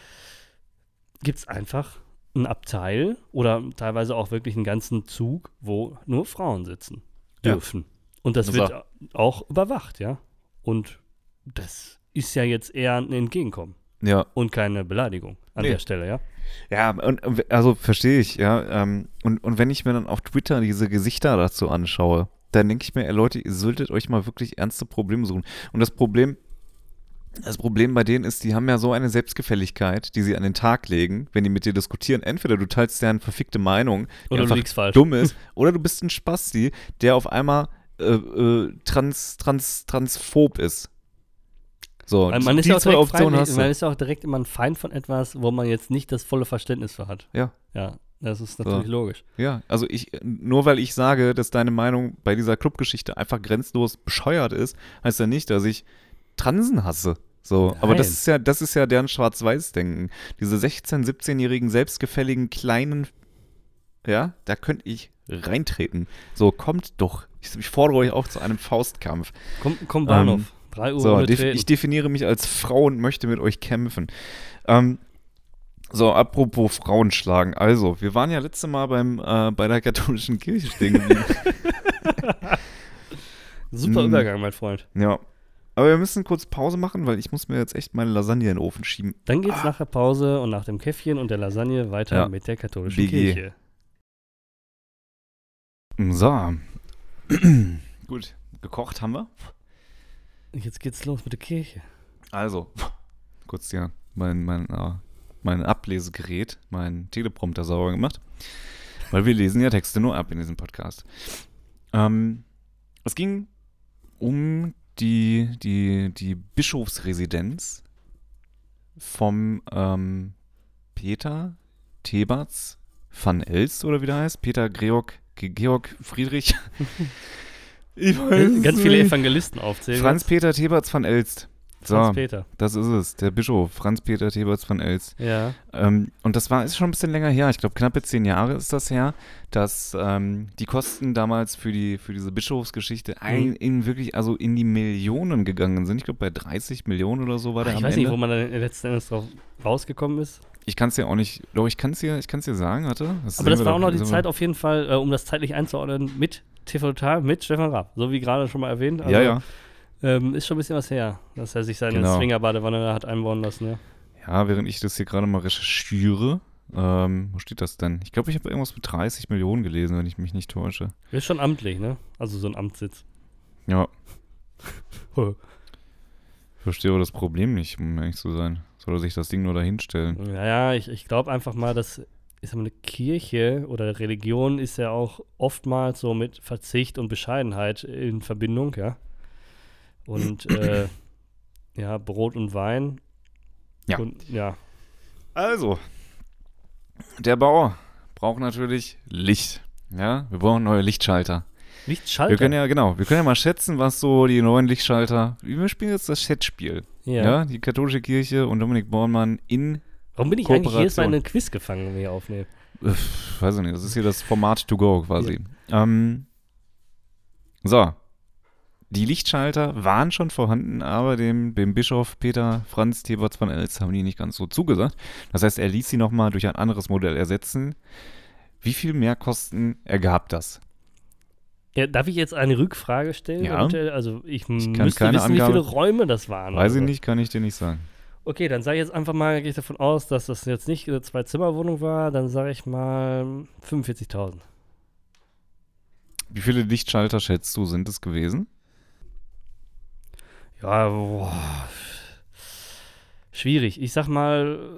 B: Gibt es einfach ein Abteil oder teilweise auch wirklich einen ganzen Zug, wo nur Frauen sitzen dürfen. Ja. Und das wird auch überwacht, ja. Und das ist ja jetzt eher ein Entgegenkommen.
A: Ja.
B: Und keine Beleidigung an der Stelle, ja.
A: Ja, und also verstehe ich, ja. Und wenn ich mir dann auf Twitter diese Gesichter dazu anschaue, dann denke ich mir, ey Leute, ihr solltet euch mal wirklich ernste Probleme suchen. Und das Problem bei denen ist, die haben ja so eine Selbstgefälligkeit, die sie an den Tag legen, wenn die mit dir diskutieren. Entweder du teilst deren verfickte Meinung, die
B: oder
A: einfach
B: du liegst falsch.
A: Dumm ist, oder du bist ein Spasti, der auf einmal transphob ist. So,
B: man ist
A: die zwei Optionen hast du.
B: Man ist ja auch direkt immer ein Feind von etwas, wo man jetzt nicht das volle Verständnis für hat.
A: Ja.
B: Ja, das ist natürlich logisch.
A: Ja, also nur weil ich sage, dass deine Meinung bei dieser Clubgeschichte einfach grenzenlos bescheuert ist, heißt ja nicht, dass ich Transen hasse. So,
B: Nein.
A: aber das ist ja deren Schwarz-Weiß-Denken. Diese 16-, 17-jährigen, selbstgefälligen, kleinen, ja, da könnte ich reintreten. So, kommt doch. Ich fordere euch auch zu einem Faustkampf.
B: Komm Bahnhof. 3 Uhr
A: so, ich definiere mich als Frau und möchte mit euch kämpfen. So, apropos Frauen schlagen. Also, wir waren ja letztes Mal bei der katholischen Kirche stehen geblieben.
B: Super Übergang, mein Freund.
A: Ja. Aber wir müssen kurz Pause machen, weil ich muss mir jetzt echt meine Lasagne in den Ofen schieben.
B: Dann geht's nach der Pause und nach dem Käffchen und der Lasagne weiter mit der katholischen Kirche.
A: So. Gut, gekocht haben wir.
B: Jetzt geht's los mit der Kirche.
A: Also, kurz hier mein Ablesegerät, mein Teleprompter sauber gemacht. Weil wir lesen ja Texte nur ab in diesem Podcast. Es ging um die Bischofsresidenz vom Peter Theberts van Elst oder wie der heißt. Peter Georg Friedrich. Ich weiß
B: Ganz viele
A: nicht.
B: Evangelisten aufzählen.
A: Franz-Peter Theberts van Elst. So,
B: Franz-Peter.
A: das ist es. Der Bischof, Franz-Peter Theberts van Elst.
B: Ja.
A: Und ist schon ein bisschen länger her. Ich glaube, knappe 10 Jahre ist das her, dass die Kosten damals für diese Bischofsgeschichte in die Millionen gegangen sind. Ich glaube, bei 30 Millionen oder so war der am Ende.
B: Ich weiß nicht, wo man dann letzten Endes drauf rausgekommen ist.
A: Ich kann es dir auch nicht, doch, ich kann es dir sagen, warte.
B: Aber das war auch noch die Zeit auf jeden Fall, um das zeitlich einzuordnen, mit TV Total, mit Stefan Raab. So wie gerade schon mal erwähnt. Also,
A: ja.
B: Ist schon ein bisschen was her, dass er sich seine
A: Genau.
B: Swingerbadewanne da hat einbauen lassen. Ja.
A: Ja, während ich das hier gerade mal recherchiere, wo steht das denn? Ich glaube, ich habe irgendwas mit 30 Millionen gelesen, wenn ich mich nicht täusche.
B: Ist schon amtlich, ne? Also so ein Amtssitz.
A: Ja. Ich verstehe aber das Problem nicht, um ehrlich zu sein. Soll er sich das Ding nur dahin stellen?
B: Naja, ich glaube einfach mal, dass eine Kirche oder Religion ist ja auch oftmals so mit Verzicht und Bescheidenheit in Verbindung, ja. Und ja, Brot und Wein.
A: Ja.
B: Und, ja.
A: Also, der Bauer braucht natürlich Licht. Ja, wir brauchen neue Lichtschalter.
B: Lichtschalter?
A: Wir können ja mal schätzen, was so die neuen Lichtschalter. Wir spielen jetzt das Schätzspiel. Ja. Die katholische Kirche und Dominik Bornmann in
B: Warum bin ich eigentlich jedes Mal in einen Quiz gefangen, wenn wir hier aufnehmen?
A: Weiß ich nicht, das ist hier das Format to go quasi. Ja. So. Die Lichtschalter waren schon vorhanden, aber dem Bischof Peter Franz Theberts van Elst haben die nicht ganz so zugesagt. Das heißt, er ließ sie nochmal durch ein anderes Modell ersetzen. Wie viel Mehrkosten ergab das?
B: Ja, darf ich jetzt eine Rückfrage stellen?
A: Ja.
B: Also ich müsste
A: keine
B: wissen,
A: Angabe.
B: wie viele Räume das waren.
A: Weiß ich nicht, kann ich dir nicht sagen.
B: Okay, dann sage ich jetzt einfach mal, gehe ich davon aus, dass das jetzt nicht eine Zwei-Zimmer-Wohnung war, dann sage ich mal 45.000.
A: Wie viele Lichtschalter schätzt du, sind es gewesen?
B: Ja, schwierig. Ich sag mal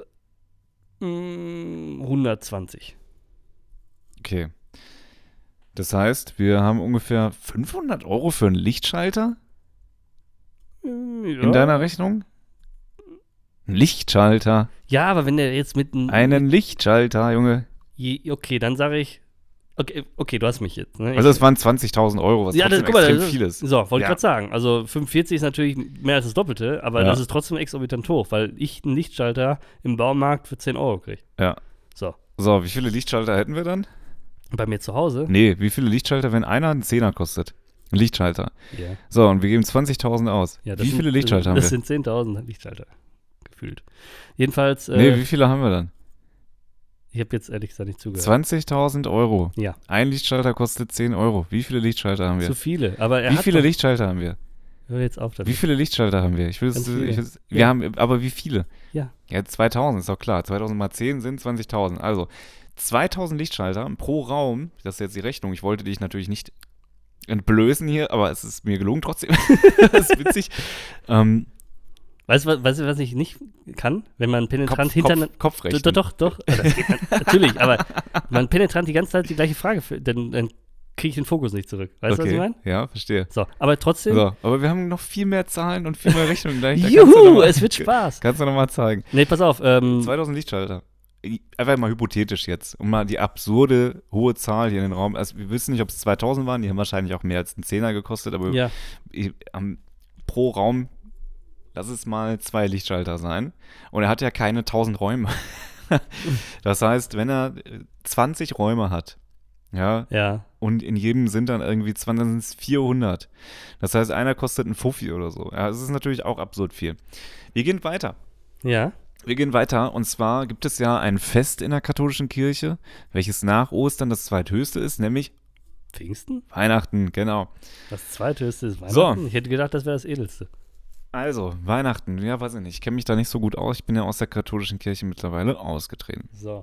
B: 120.
A: Okay. Das heißt, wir haben ungefähr 500 € für einen Lichtschalter
B: Ja.
A: in deiner Rechnung? Ein Lichtschalter.
B: Ja, aber wenn der jetzt mit
A: Einen Lichtschalter, Junge.
B: Okay, dann sage ich. Okay, du hast mich jetzt. Ne?
A: Also es waren 20.000 €, was
B: Ja,
A: trotzdem
B: guck mal,
A: extrem viel ist.
B: So, wollte ich
A: Ja.
B: gerade sagen. Also 45 ist natürlich mehr als das Doppelte, aber
A: Ja.
B: das ist trotzdem exorbitant hoch, weil ich einen Lichtschalter im Baumarkt für 10 € kriege.
A: Ja.
B: So.
A: So, wie viele Lichtschalter hätten wir dann?
B: Bei mir zu Hause?
A: Nee, wie viele Lichtschalter, wenn einer einen Zehner kostet? Ein Lichtschalter.
B: Ja.
A: So, und wir geben 20.000 aus.
B: Ja, das
A: wie
B: sind-
A: viele Lichtschalter haben
B: Das
A: wir?
B: sind 10.000 Lichtschalter. Gefühlt. Jedenfalls,
A: Nee, wie viele haben wir dann?
B: ich habe jetzt ehrlich gesagt nicht zugehört.
A: 20.000 €.
B: Ja.
A: Ein Lichtschalter kostet 10 €. Wie viele Lichtschalter haben wir?
B: Zu viele. Aber
A: Wie viele Lichtschalter haben wir?
B: Hör jetzt auf damit.
A: Wie viele Lichtschalter haben wir?
B: Ganz viele.
A: Wir
B: Ja.
A: haben, aber wie viele?
B: Ja.
A: Ja, 2000 ist doch klar. 2000 mal 10 sind 20.000. Also 2000 Lichtschalter pro Raum. Das ist jetzt die Rechnung. Ich wollte dich natürlich nicht entblößen hier, aber es ist mir gelungen trotzdem. Das ist witzig.
B: Weißt du, was ich nicht kann? Wenn man penetrant
A: Kopfrechnen.
B: Doch. Das geht natürlich, aber man penetrant die ganze Zeit die gleiche Frage, dann kriege ich den Fokus nicht zurück. Weißt du, was ich meine?
A: Ja, verstehe.
B: So, aber trotzdem.
A: So, aber wir haben noch viel mehr Zahlen und viel mehr Rechnungen gleich. Da
B: Juhu, es wird Spaß.
A: Kannst du nochmal zeigen.
B: Nee, pass auf.
A: 2000 Lichtschalter. Einfach mal hypothetisch jetzt, um mal die absurde hohe Zahl hier in den Raum. Also wir wissen nicht, ob es 2000 waren, die haben wahrscheinlich auch mehr als einen Zehner gekostet, aber
B: Ja.
A: Pro Raum, lass es mal 2 Lichtschalter sein. Und er hat ja keine 1000 Räume. Das heißt, wenn er 20 Räume hat,
B: Ja.
A: und in jedem sind dann irgendwie 20, dann sind es 400. Das heißt, einer kostet einen Fuffi oder so. Ja, das ist natürlich auch absurd viel. Wir gehen weiter.
B: Ja.
A: Wir gehen weiter, und zwar gibt es ja ein Fest in der katholischen Kirche, welches nach Ostern das zweithöchste ist, nämlich
B: Pfingsten?
A: Weihnachten, genau.
B: Das zweithöchste ist
A: So.
B: Weihnachten? Ich hätte gedacht, das wäre das edelste.
A: Also, Weihnachten, ja, weiß ich nicht, ich kenne mich da nicht so gut aus, ich bin ja aus der katholischen Kirche mittlerweile ausgetreten.
B: So.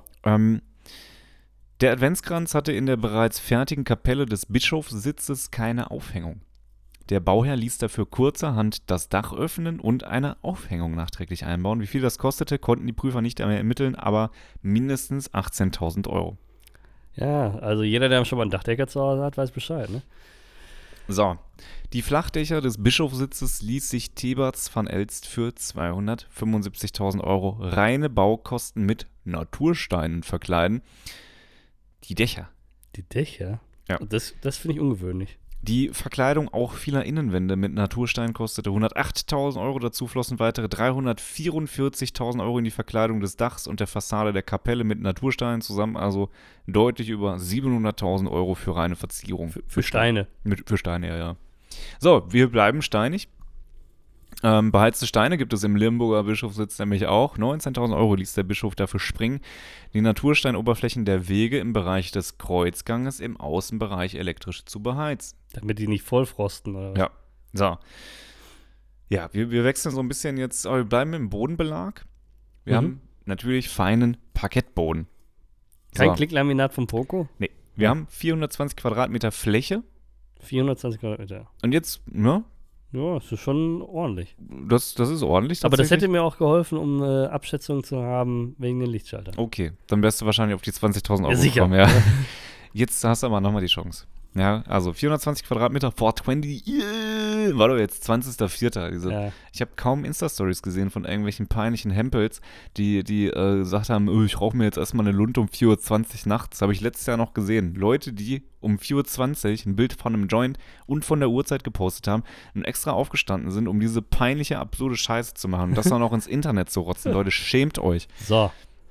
A: Der Adventskranz hatte in der bereits fertigen Kapelle des Bischofssitzes keine Aufhängung. Der Bauherr ließ dafür kurzerhand das Dach öffnen und eine Aufhängung nachträglich einbauen. Wie viel das kostete, konnten die Prüfer nicht mehr ermitteln, aber mindestens 18.000 €.
B: Ja, also jeder, der schon mal einen Dachdecker zu Hause hat, weiß Bescheid, ne?
A: So, die Flachdächer des Bischofssitzes ließ sich Theberts van Elst für 275.000 Euro reine Baukosten mit Natursteinen verkleiden. Die Dächer.
B: Die Dächer?
A: Ja.
B: Das finde ich ungewöhnlich.
A: Die Verkleidung auch vieler Innenwände mit Naturstein kostete 108.000 Euro. Dazu flossen weitere 344.000 Euro in die Verkleidung des Dachs und der Fassade der Kapelle mit Natursteinen zusammen. Also deutlich über 700.000 Euro für reine Verzierung.
B: Für Steine.
A: Für Steine, ja. So, wir bleiben steinig. Beheizte Steine gibt es im Limburger Bischofssitz nämlich auch. 19.000 Euro ließ der Bischof dafür springen. Die Natursteinoberflächen der Wege im Bereich des Kreuzganges im Außenbereich elektrisch zu beheizen.
B: Damit die nicht vollfrosten, oder was?
A: Ja, so. Ja, wir wechseln so ein bisschen jetzt, aber wir bleiben im Bodenbelag. Wir haben natürlich feinen Parkettboden.
B: Kein
A: So.
B: Klicklaminat vom Poco?
A: Nee, wir haben 420 Quadratmeter Fläche.
B: 420 Quadratmeter.
A: Und jetzt, ne,
B: Ja, das ist schon ordentlich.
A: das ist ordentlich.
B: Aber das
A: tatsächlich.
B: hätte mir auch geholfen, um eine Abschätzung zu haben wegen den Lichtschaltern.
A: Okay, dann wärst du wahrscheinlich auf die 20.000 Euro
B: Ja, sicher.
A: gekommen. Ja. Jetzt hast du aber nochmal die Chance. Ja, also 420 Quadratmeter, 420, war doch jetzt 20.04.
B: Ja.
A: Ich habe kaum Insta-Stories gesehen von irgendwelchen peinlichen Hempels, die gesagt haben, oh, ich rauche mir jetzt erstmal eine Lunte um 4.20 Uhr nachts. Habe ich letztes Jahr noch gesehen. Leute, die um 4.20 Uhr ein Bild von einem Joint und von der Uhrzeit gepostet haben und extra aufgestanden sind, um diese peinliche, absurde Scheiße zu machen und das dann auch ins Internet zu rotzen. Leute, schämt euch.
B: So.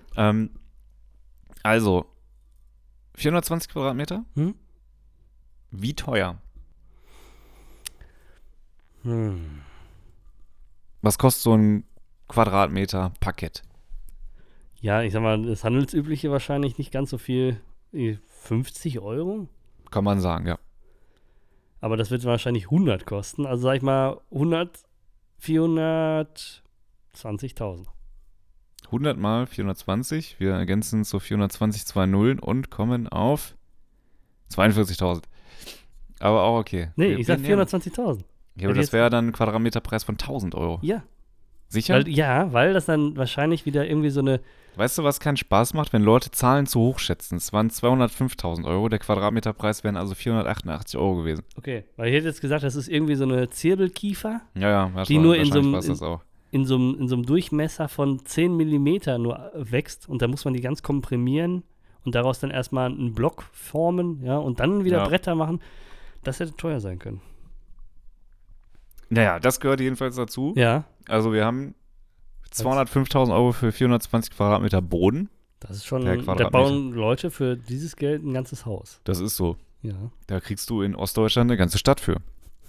A: Also, 420 Quadratmeter?
B: Hm?
A: Wie teuer? Was kostet so ein Quadratmeter Parkett?
B: Ja, ich sag mal, das Handelsübliche wahrscheinlich nicht ganz so viel. 50 Euro?
A: Kann man sagen, ja.
B: Aber das wird wahrscheinlich 100 kosten. Also sag ich mal 420.000.
A: 100 mal 420. Wir ergänzen es so 420 2 Nullen und kommen auf 42.000. Aber auch okay.
B: Nee, ich sag 420.000.
A: Ja, aber das wäre dann ein Quadratmeterpreis von 1.000 Euro.
B: Ja.
A: Sicher?
B: Weil das dann wahrscheinlich wieder irgendwie so eine.
A: Weißt du, was keinen Spaß macht, wenn Leute Zahlen zu hoch schätzen? Es waren 205.000 Euro, der Quadratmeterpreis wären also 488 Euro gewesen.
B: Okay, weil ich hätte jetzt gesagt, das ist irgendwie so eine Zirbelkiefer,
A: Ja,
B: die nur in so
A: wahrscheinlich war's das auch.
B: in so einem Durchmesser von 10 mm nur wächst und da muss man die ganz komprimieren und daraus dann erstmal einen Block formen, ja, und dann wieder
A: Ja.
B: Bretter machen. Das hätte teuer sein können.
A: Naja, das gehört jedenfalls dazu.
B: Ja,
A: Also wir haben 205.000 Euro für 420 Quadratmeter Boden.
B: das ist schon,
A: Per
B: da
A: Quadratmeter.
B: bauen Leute für dieses Geld ein ganzes Haus.
A: Das ist so.
B: Ja.
A: Da kriegst du in Ostdeutschland eine ganze Stadt für.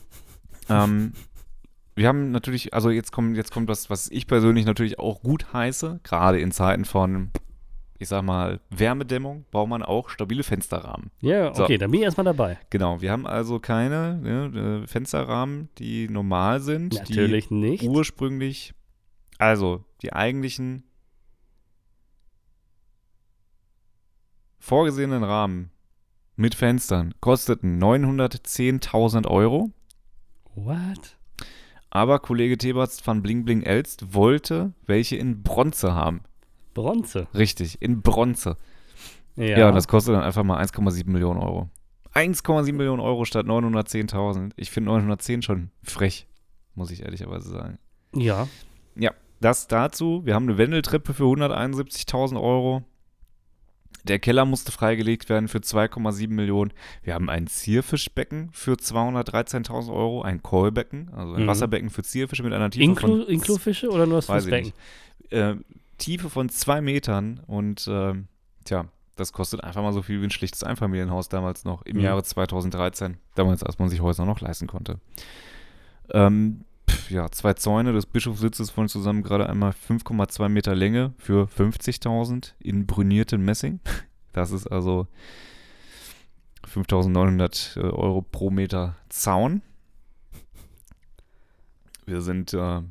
A: Wir haben natürlich, also jetzt kommt was ich persönlich natürlich auch gut heiße, gerade in Zeiten von, ich sag mal, Wärmedämmung, braucht man auch stabile Fensterrahmen.
B: Ja,
A: So.
B: okay, dann bin ich erstmal dabei.
A: Genau, wir haben also keine Fensterrahmen, die normal sind,
B: Natürlich
A: die
B: nicht.
A: ursprünglich, also die eigentlichen vorgesehenen Rahmen mit Fenstern kosteten 910.000 Euro.
B: What?
A: Aber Kollege Theberts van Bling Bling Elst wollte welche in Bronze haben.
B: Bronze.
A: Richtig, in Bronze. Ja, und das kostet dann einfach mal 1,7 Millionen Euro. 1,7 Millionen Euro statt 910.000. Ich finde 910 schon frech, muss ich ehrlicherweise sagen.
B: Ja.
A: Ja, das dazu. Wir haben eine Wendeltreppe für 171.000 Euro. Der Keller musste freigelegt werden für 2,7 Millionen. Wir haben ein Zierfischbecken für 213.000 Euro, ein Koi-Becken, also ein Wasserbecken für Zierfische mit einer Tiefe von...
B: Inklu-Fische oder nur das
A: Weiß ich
B: Becken?
A: nicht. Tiefe von 2 Metern und das kostet einfach mal so viel wie ein schlichtes Einfamilienhaus damals noch, im Jahre 2013, damals, als man sich Häuser noch leisten konnte. 2 Zäune des Bischofssitzes wollen zusammen gerade einmal 5,2 Meter Länge für 50.000 in brüniertem Messing. Das ist also 5.900 Euro pro Meter Zaun. Wir sind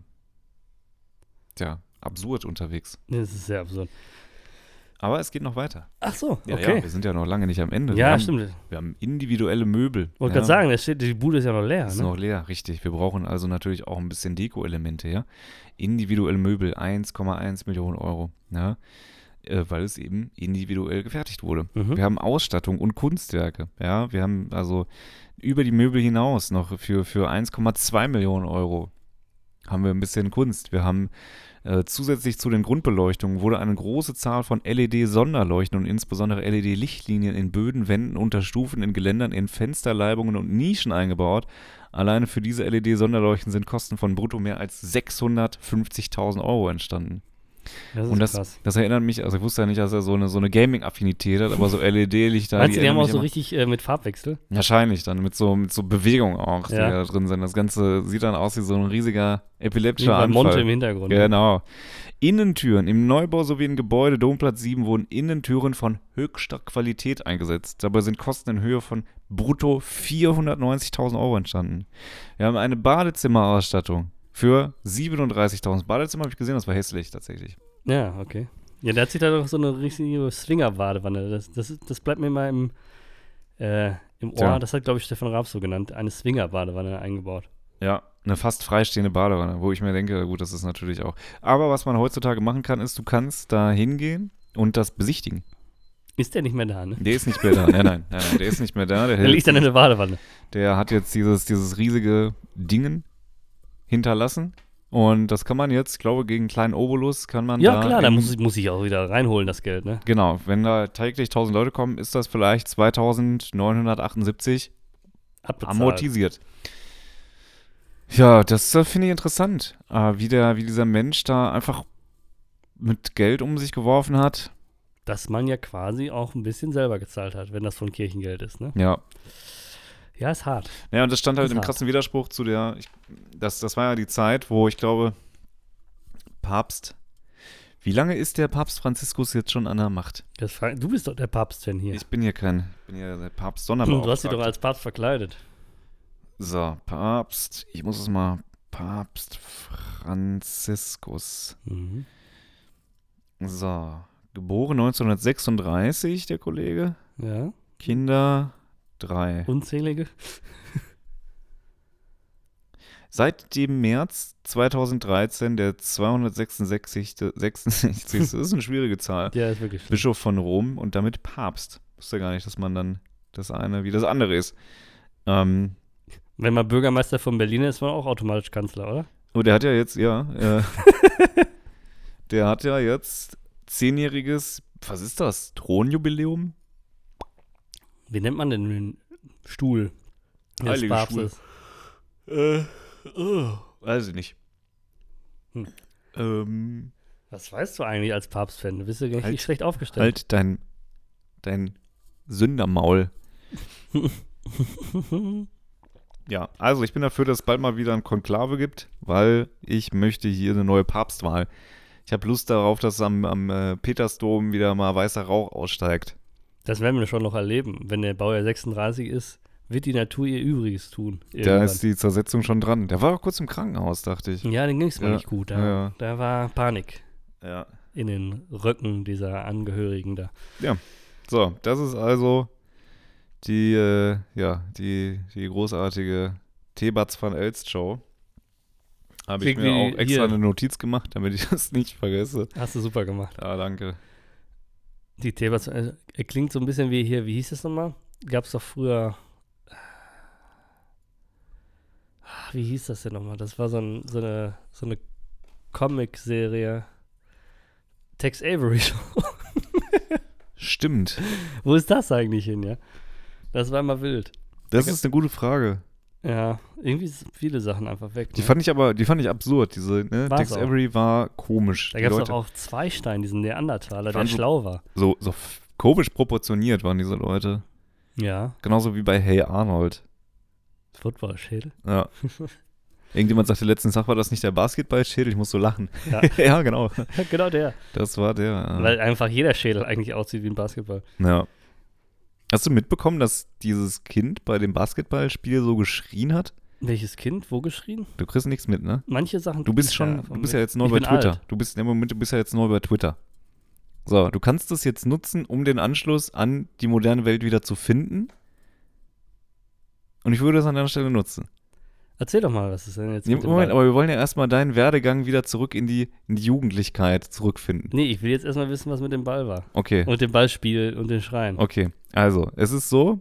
A: absurd unterwegs.
B: Das ist sehr absurd.
A: Aber es geht noch weiter.
B: Ach so,
A: Ja,
B: okay.
A: wir sind ja noch lange nicht am Ende.
B: Ja,
A: wir haben,
B: stimmt.
A: Wir haben individuelle Möbel.
B: Wollte gerade sagen, die Bude ist ja noch leer.
A: Ist
B: Ne?
A: noch leer, richtig. Wir brauchen also natürlich auch ein bisschen Deko-Elemente, ja. Individuelle Möbel, 1,1 Millionen Euro. Ja. weil es eben individuell gefertigt wurde.
B: Mhm.
A: Wir haben Ausstattung und Kunstwerke. Ja, wir haben also über die Möbel hinaus noch für 1,2 Millionen Euro haben wir ein bisschen Kunst. Wir haben zusätzlich zu den Grundbeleuchtungen wurde eine große Zahl von LED-Sonderleuchten und insbesondere LED-Lichtlinien in Böden, Wänden, Unterstufen, in Geländern, in Fensterleibungen und Nischen eingebaut. Alleine für diese LED-Sonderleuchten sind Kosten von brutto mehr als 650.000 Euro entstanden.
B: Das ist
A: Und
B: krass.
A: das erinnert mich, also ich wusste ja nicht, dass er so eine Gaming-Affinität hat, aber so LED-Lichter,
B: Meinst du, die haben auch
A: erinnern
B: so
A: mich
B: richtig mit Farbwechsel?
A: wahrscheinlich dann mit so Bewegung auch, die
B: Ja.
A: da drin sind. Das Ganze sieht dann aus wie so ein riesiger
B: Wie
A: epileptischer
B: bei
A: Anfall.
B: Monte im Hintergrund.
A: Genau. Innentüren. Im Neubau sowie im Gebäude Domplatz 7 wurden Innentüren von höchster Qualität eingesetzt. Dabei sind Kosten in Höhe von brutto 490.000 Euro entstanden. Wir haben eine Badezimmerausstattung für 37.000. Badezimmer habe ich gesehen, das war hässlich tatsächlich.
B: Ja, okay. Ja, der hat sich da doch so eine richtige Swinger-Badewanne. Das bleibt mir mal im Ohr.
A: Tja.
B: Das hat, glaube ich, Stefan Raab so genannt. Eine Swinger-Badewanne eingebaut.
A: Ja, eine fast freistehende Badewanne, wo ich mir denke, gut, das ist natürlich auch. Aber was man heutzutage machen kann, ist, du kannst da hingehen und das besichtigen.
B: Ist der nicht mehr da, ne?
A: Der ist nicht mehr da. Nein, der ist nicht mehr da.
B: Der liegt dann in der Badewanne.
A: Der hat jetzt dieses riesige Dingen hinterlassen. Und das kann man jetzt, ich glaube, gegen einen kleinen Obolus kann man
B: Ja,
A: da.
B: klar, da muss ich auch wieder reinholen, das Geld, ne?
A: Genau, wenn da täglich 1000 Leute kommen, ist das vielleicht 2.978
B: Abbezahlt.
A: amortisiert. Ja, das finde ich interessant, wie dieser Mensch da einfach mit Geld um sich geworfen hat.
B: Dass man ja quasi auch ein bisschen selber gezahlt hat, wenn das von Kirchengeld ist, ne?
A: Ja.
B: Ja, ist hart.
A: Ja, und das stand halt
B: Ist
A: im
B: hart.
A: krassen Widerspruch zu das war ja die Zeit, wo ich glaube, wie lange ist der Papst Franziskus jetzt schon an der Macht?
B: Du bist doch der Papst-Fan hier.
A: Ich bin hier der Papst
B: Du hast dich doch
A: Sonderbeauftragte.
B: als Papst verkleidet.
A: So, ich muss es mal, Papst Franziskus.
B: Mhm.
A: So, geboren 1936, der Kollege.
B: Ja,
A: Kinder 3.
B: unzählige.
A: Seit dem März 2013 der 266. Das ist eine schwierige Zahl.
B: Ja, ist wirklich schlimm.
A: Bischof von Rom und damit Papst. Wusste gar nicht, dass man dann das eine wie das andere ist.
B: Wenn man Bürgermeister von Berlin ist, ist man auch automatisch Kanzler, oder?
A: Und der hat ja jetzt, der hat ja jetzt 10-jähriges, was ist das, Thronjubiläum?
B: Wie nennt man denn den Stuhl des
A: Heilige
B: Papstes?
A: Weiß ich nicht.
B: Was weißt du eigentlich als Papstfan? Du bist ja richtig
A: Halt-
B: schlecht aufgestellt.
A: Halt dein Sündermaul. Ja, also ich bin dafür, dass es bald mal wieder ein Konklave gibt, weil ich möchte hier eine neue Papstwahl. Ich habe Lust darauf, dass am Petersdom wieder mal weißer Rauch aussteigt.
B: Das werden wir schon noch erleben. Wenn der Baujahr 36 ist, wird die Natur ihr Übriges tun.
A: Da
B: irgendwann.
A: ist die Zersetzung schon dran. Der war auch kurz im Krankenhaus, dachte ich.
B: Ja, den ging es mal
A: Ja,
B: nicht gut.
A: ja.
B: Da war Panik
A: Ja.
B: in den Röcken dieser Angehörigen da.
A: So, das ist also die großartige Thebats van Elst Show. Habe ich
B: Klingt
A: mir
B: wie
A: auch extra
B: hier.
A: eine Notiz gemacht, damit ich das nicht vergesse.
B: Hast du super gemacht.
A: Ja, danke.
B: Die Thebats, er klingt so ein bisschen wie hier, wie hieß das nochmal? Gab es doch früher. Wie hieß das denn nochmal? Das war so eine Comic-Serie. Tex Avery Show.
A: Stimmt.
B: Wo ist das eigentlich hin, ja? Das war immer wild.
A: Das ist eine gute Frage.
B: Ja, irgendwie sind viele Sachen einfach weg.
A: Die
B: Ne?
A: fand ich absurd.
B: War's
A: Tex
B: auch.
A: Avery war komisch.
B: Da
A: Die
B: gab es
A: Leute
B: doch auch Zweistein, diesen Neandertaler, der
A: Waren so-
B: schlau war.
A: so komisch proportioniert waren diese Leute.
B: Ja,
A: Genauso wie bei Hey Arnold.
B: Footballschädel.
A: Ja. Irgendjemand sagte letztens, war das nicht der Basketballschädel? Ich muss so lachen.
B: Ja.
A: Ja, genau.
B: Genau der.
A: Das war der. Ja.
B: Weil einfach jeder Schädel eigentlich aussieht wie ein Basketball.
A: Ja. Hast du mitbekommen, dass dieses Kind bei dem Basketballspiel so geschrien hat?
B: Welches Kind? Wo geschrien?
A: Du kriegst nichts mit, ne?
B: Manche Sachen.
A: Du bist
B: krieg ich
A: du
B: von
A: bist
B: mit.
A: ja jetzt neu
B: Ich
A: bei
B: bin
A: Twitter.
B: alt.
A: Du bist ja jetzt neu bei Twitter. So, du kannst das jetzt nutzen, um den Anschluss an die moderne Welt wieder zu finden. Und ich würde es an deiner Stelle nutzen.
B: Erzähl doch mal, was ist denn jetzt
A: Nee,
B: mit dem
A: Moment,
B: Ball?
A: aber wir wollen ja erstmal deinen Werdegang wieder zurück in die Jugendlichkeit zurückfinden.
B: Nee, ich will jetzt erstmal wissen, was mit dem Ball war.
A: Okay,
B: Und dem Ballspiel und den Schreien.
A: okay. Also, es ist so,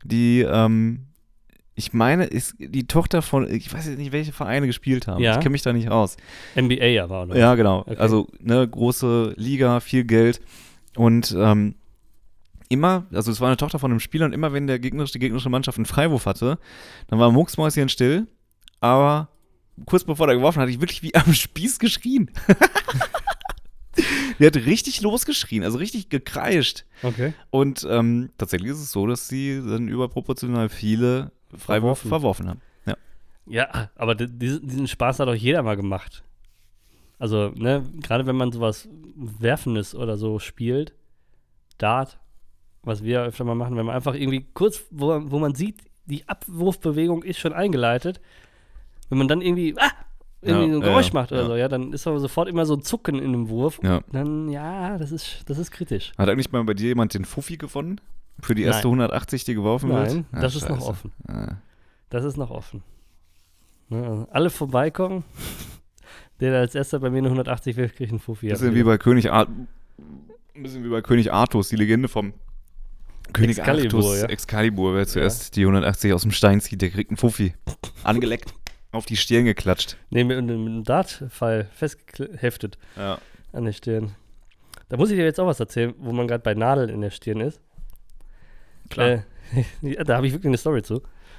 A: ich meine, ist die Tochter von, ich weiß jetzt nicht, welche Vereine gespielt haben.
B: Ja.
A: Ich kenne mich da nicht aus.
B: NBA ja war, oder?
A: Ja, genau.
B: Okay.
A: Also, ne, große Liga, viel Geld. Und immer, also es war eine Tochter von einem Spieler und immer, wenn die gegnerische Mannschaft einen Freiwurf hatte, dann war Mucksmäuschen still, aber kurz bevor der geworfen hat, hatte ich wirklich wie am Spieß geschrien. Die hat richtig losgeschrien, also richtig gekreischt.
B: Okay.
A: Und tatsächlich ist es so, dass sie dann überproportional viele Freiwürfe verworfen haben. Ja.
B: Ja, aber diesen Spaß hat doch jeder mal gemacht. Also, ne, gerade wenn man sowas Werfendes oder so spielt, Dart, was wir öfter mal machen, wenn man einfach irgendwie kurz, wo man sieht, die Abwurfbewegung ist schon eingeleitet, wenn man dann irgendwie so ein Geräusch macht oder so, ja, dann ist aber sofort immer so ein Zucken in dem Wurf.
A: Ja.
B: Dann, ja, das ist kritisch.
A: Hat eigentlich mal bei dir jemand den Fuffi gewonnen? Für die erste 180, die geworfen wird?
B: Nein,
A: Ah,
B: das ist noch
A: scheiße.
B: offen.
A: Ah.
B: Das ist noch offen. Ja, also alle vorbeikommen, der als erster bei mir eine 180 wirft, kriegt einen Fuffi.
A: Bisschen wie bei König Artus, die Legende vom König
B: Excalibur,
A: Artus.
B: ja.
A: Excalibur, wer zuerst die 180 aus dem Stein zieht, der kriegt einen Fuffi. Angeleckt. Auf die Stirn geklatscht.
B: Nee, mit einem Dartpfeil festgeheftet
A: Ja.
B: an der Stirn. Da muss ich dir jetzt auch was erzählen, wo man gerade bei Nadeln in der Stirn ist.
A: Klar.
B: Ja, da habe ich wirklich eine Story zu.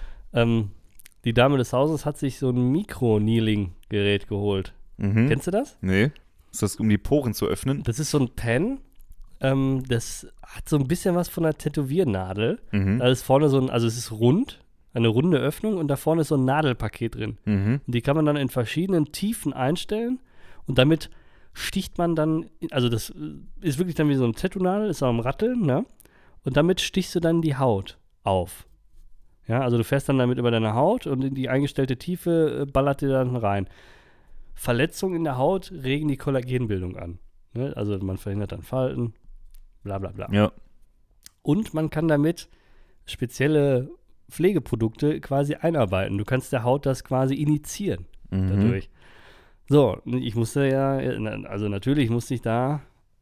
B: Die Dame des Hauses hat sich so ein Mikro-Needling-Gerät geholt.
A: Mhm.
B: Kennst du das?
A: Nee. Ist das, um die Poren zu öffnen?
B: Das ist so ein Pen. Das hat so ein bisschen was von einer Tätowiernadel.
A: Mhm.
B: Da ist vorne also es ist rund, eine runde Öffnung und da vorne ist so ein Nadelpaket drin.
A: Mhm.
B: Und die kann man dann in verschiedenen Tiefen einstellen und damit sticht man dann, also das ist wirklich dann wie so eine Tattoo-Nadel, ist auch am Ratteln, ne? Und damit stichst du dann die Haut auf. Ja, also du fährst dann damit über deine Haut und in die eingestellte Tiefe ballert dir dann rein. Verletzungen in der Haut regen die Kollagenbildung an. Ne? Also man verhindert dann Falten, bla bla bla.
A: Ja.
B: Und man kann damit spezielle Pflegeprodukte quasi einarbeiten. Du kannst der Haut das quasi initiieren dadurch. So, ich musste ja, also natürlich musste ich da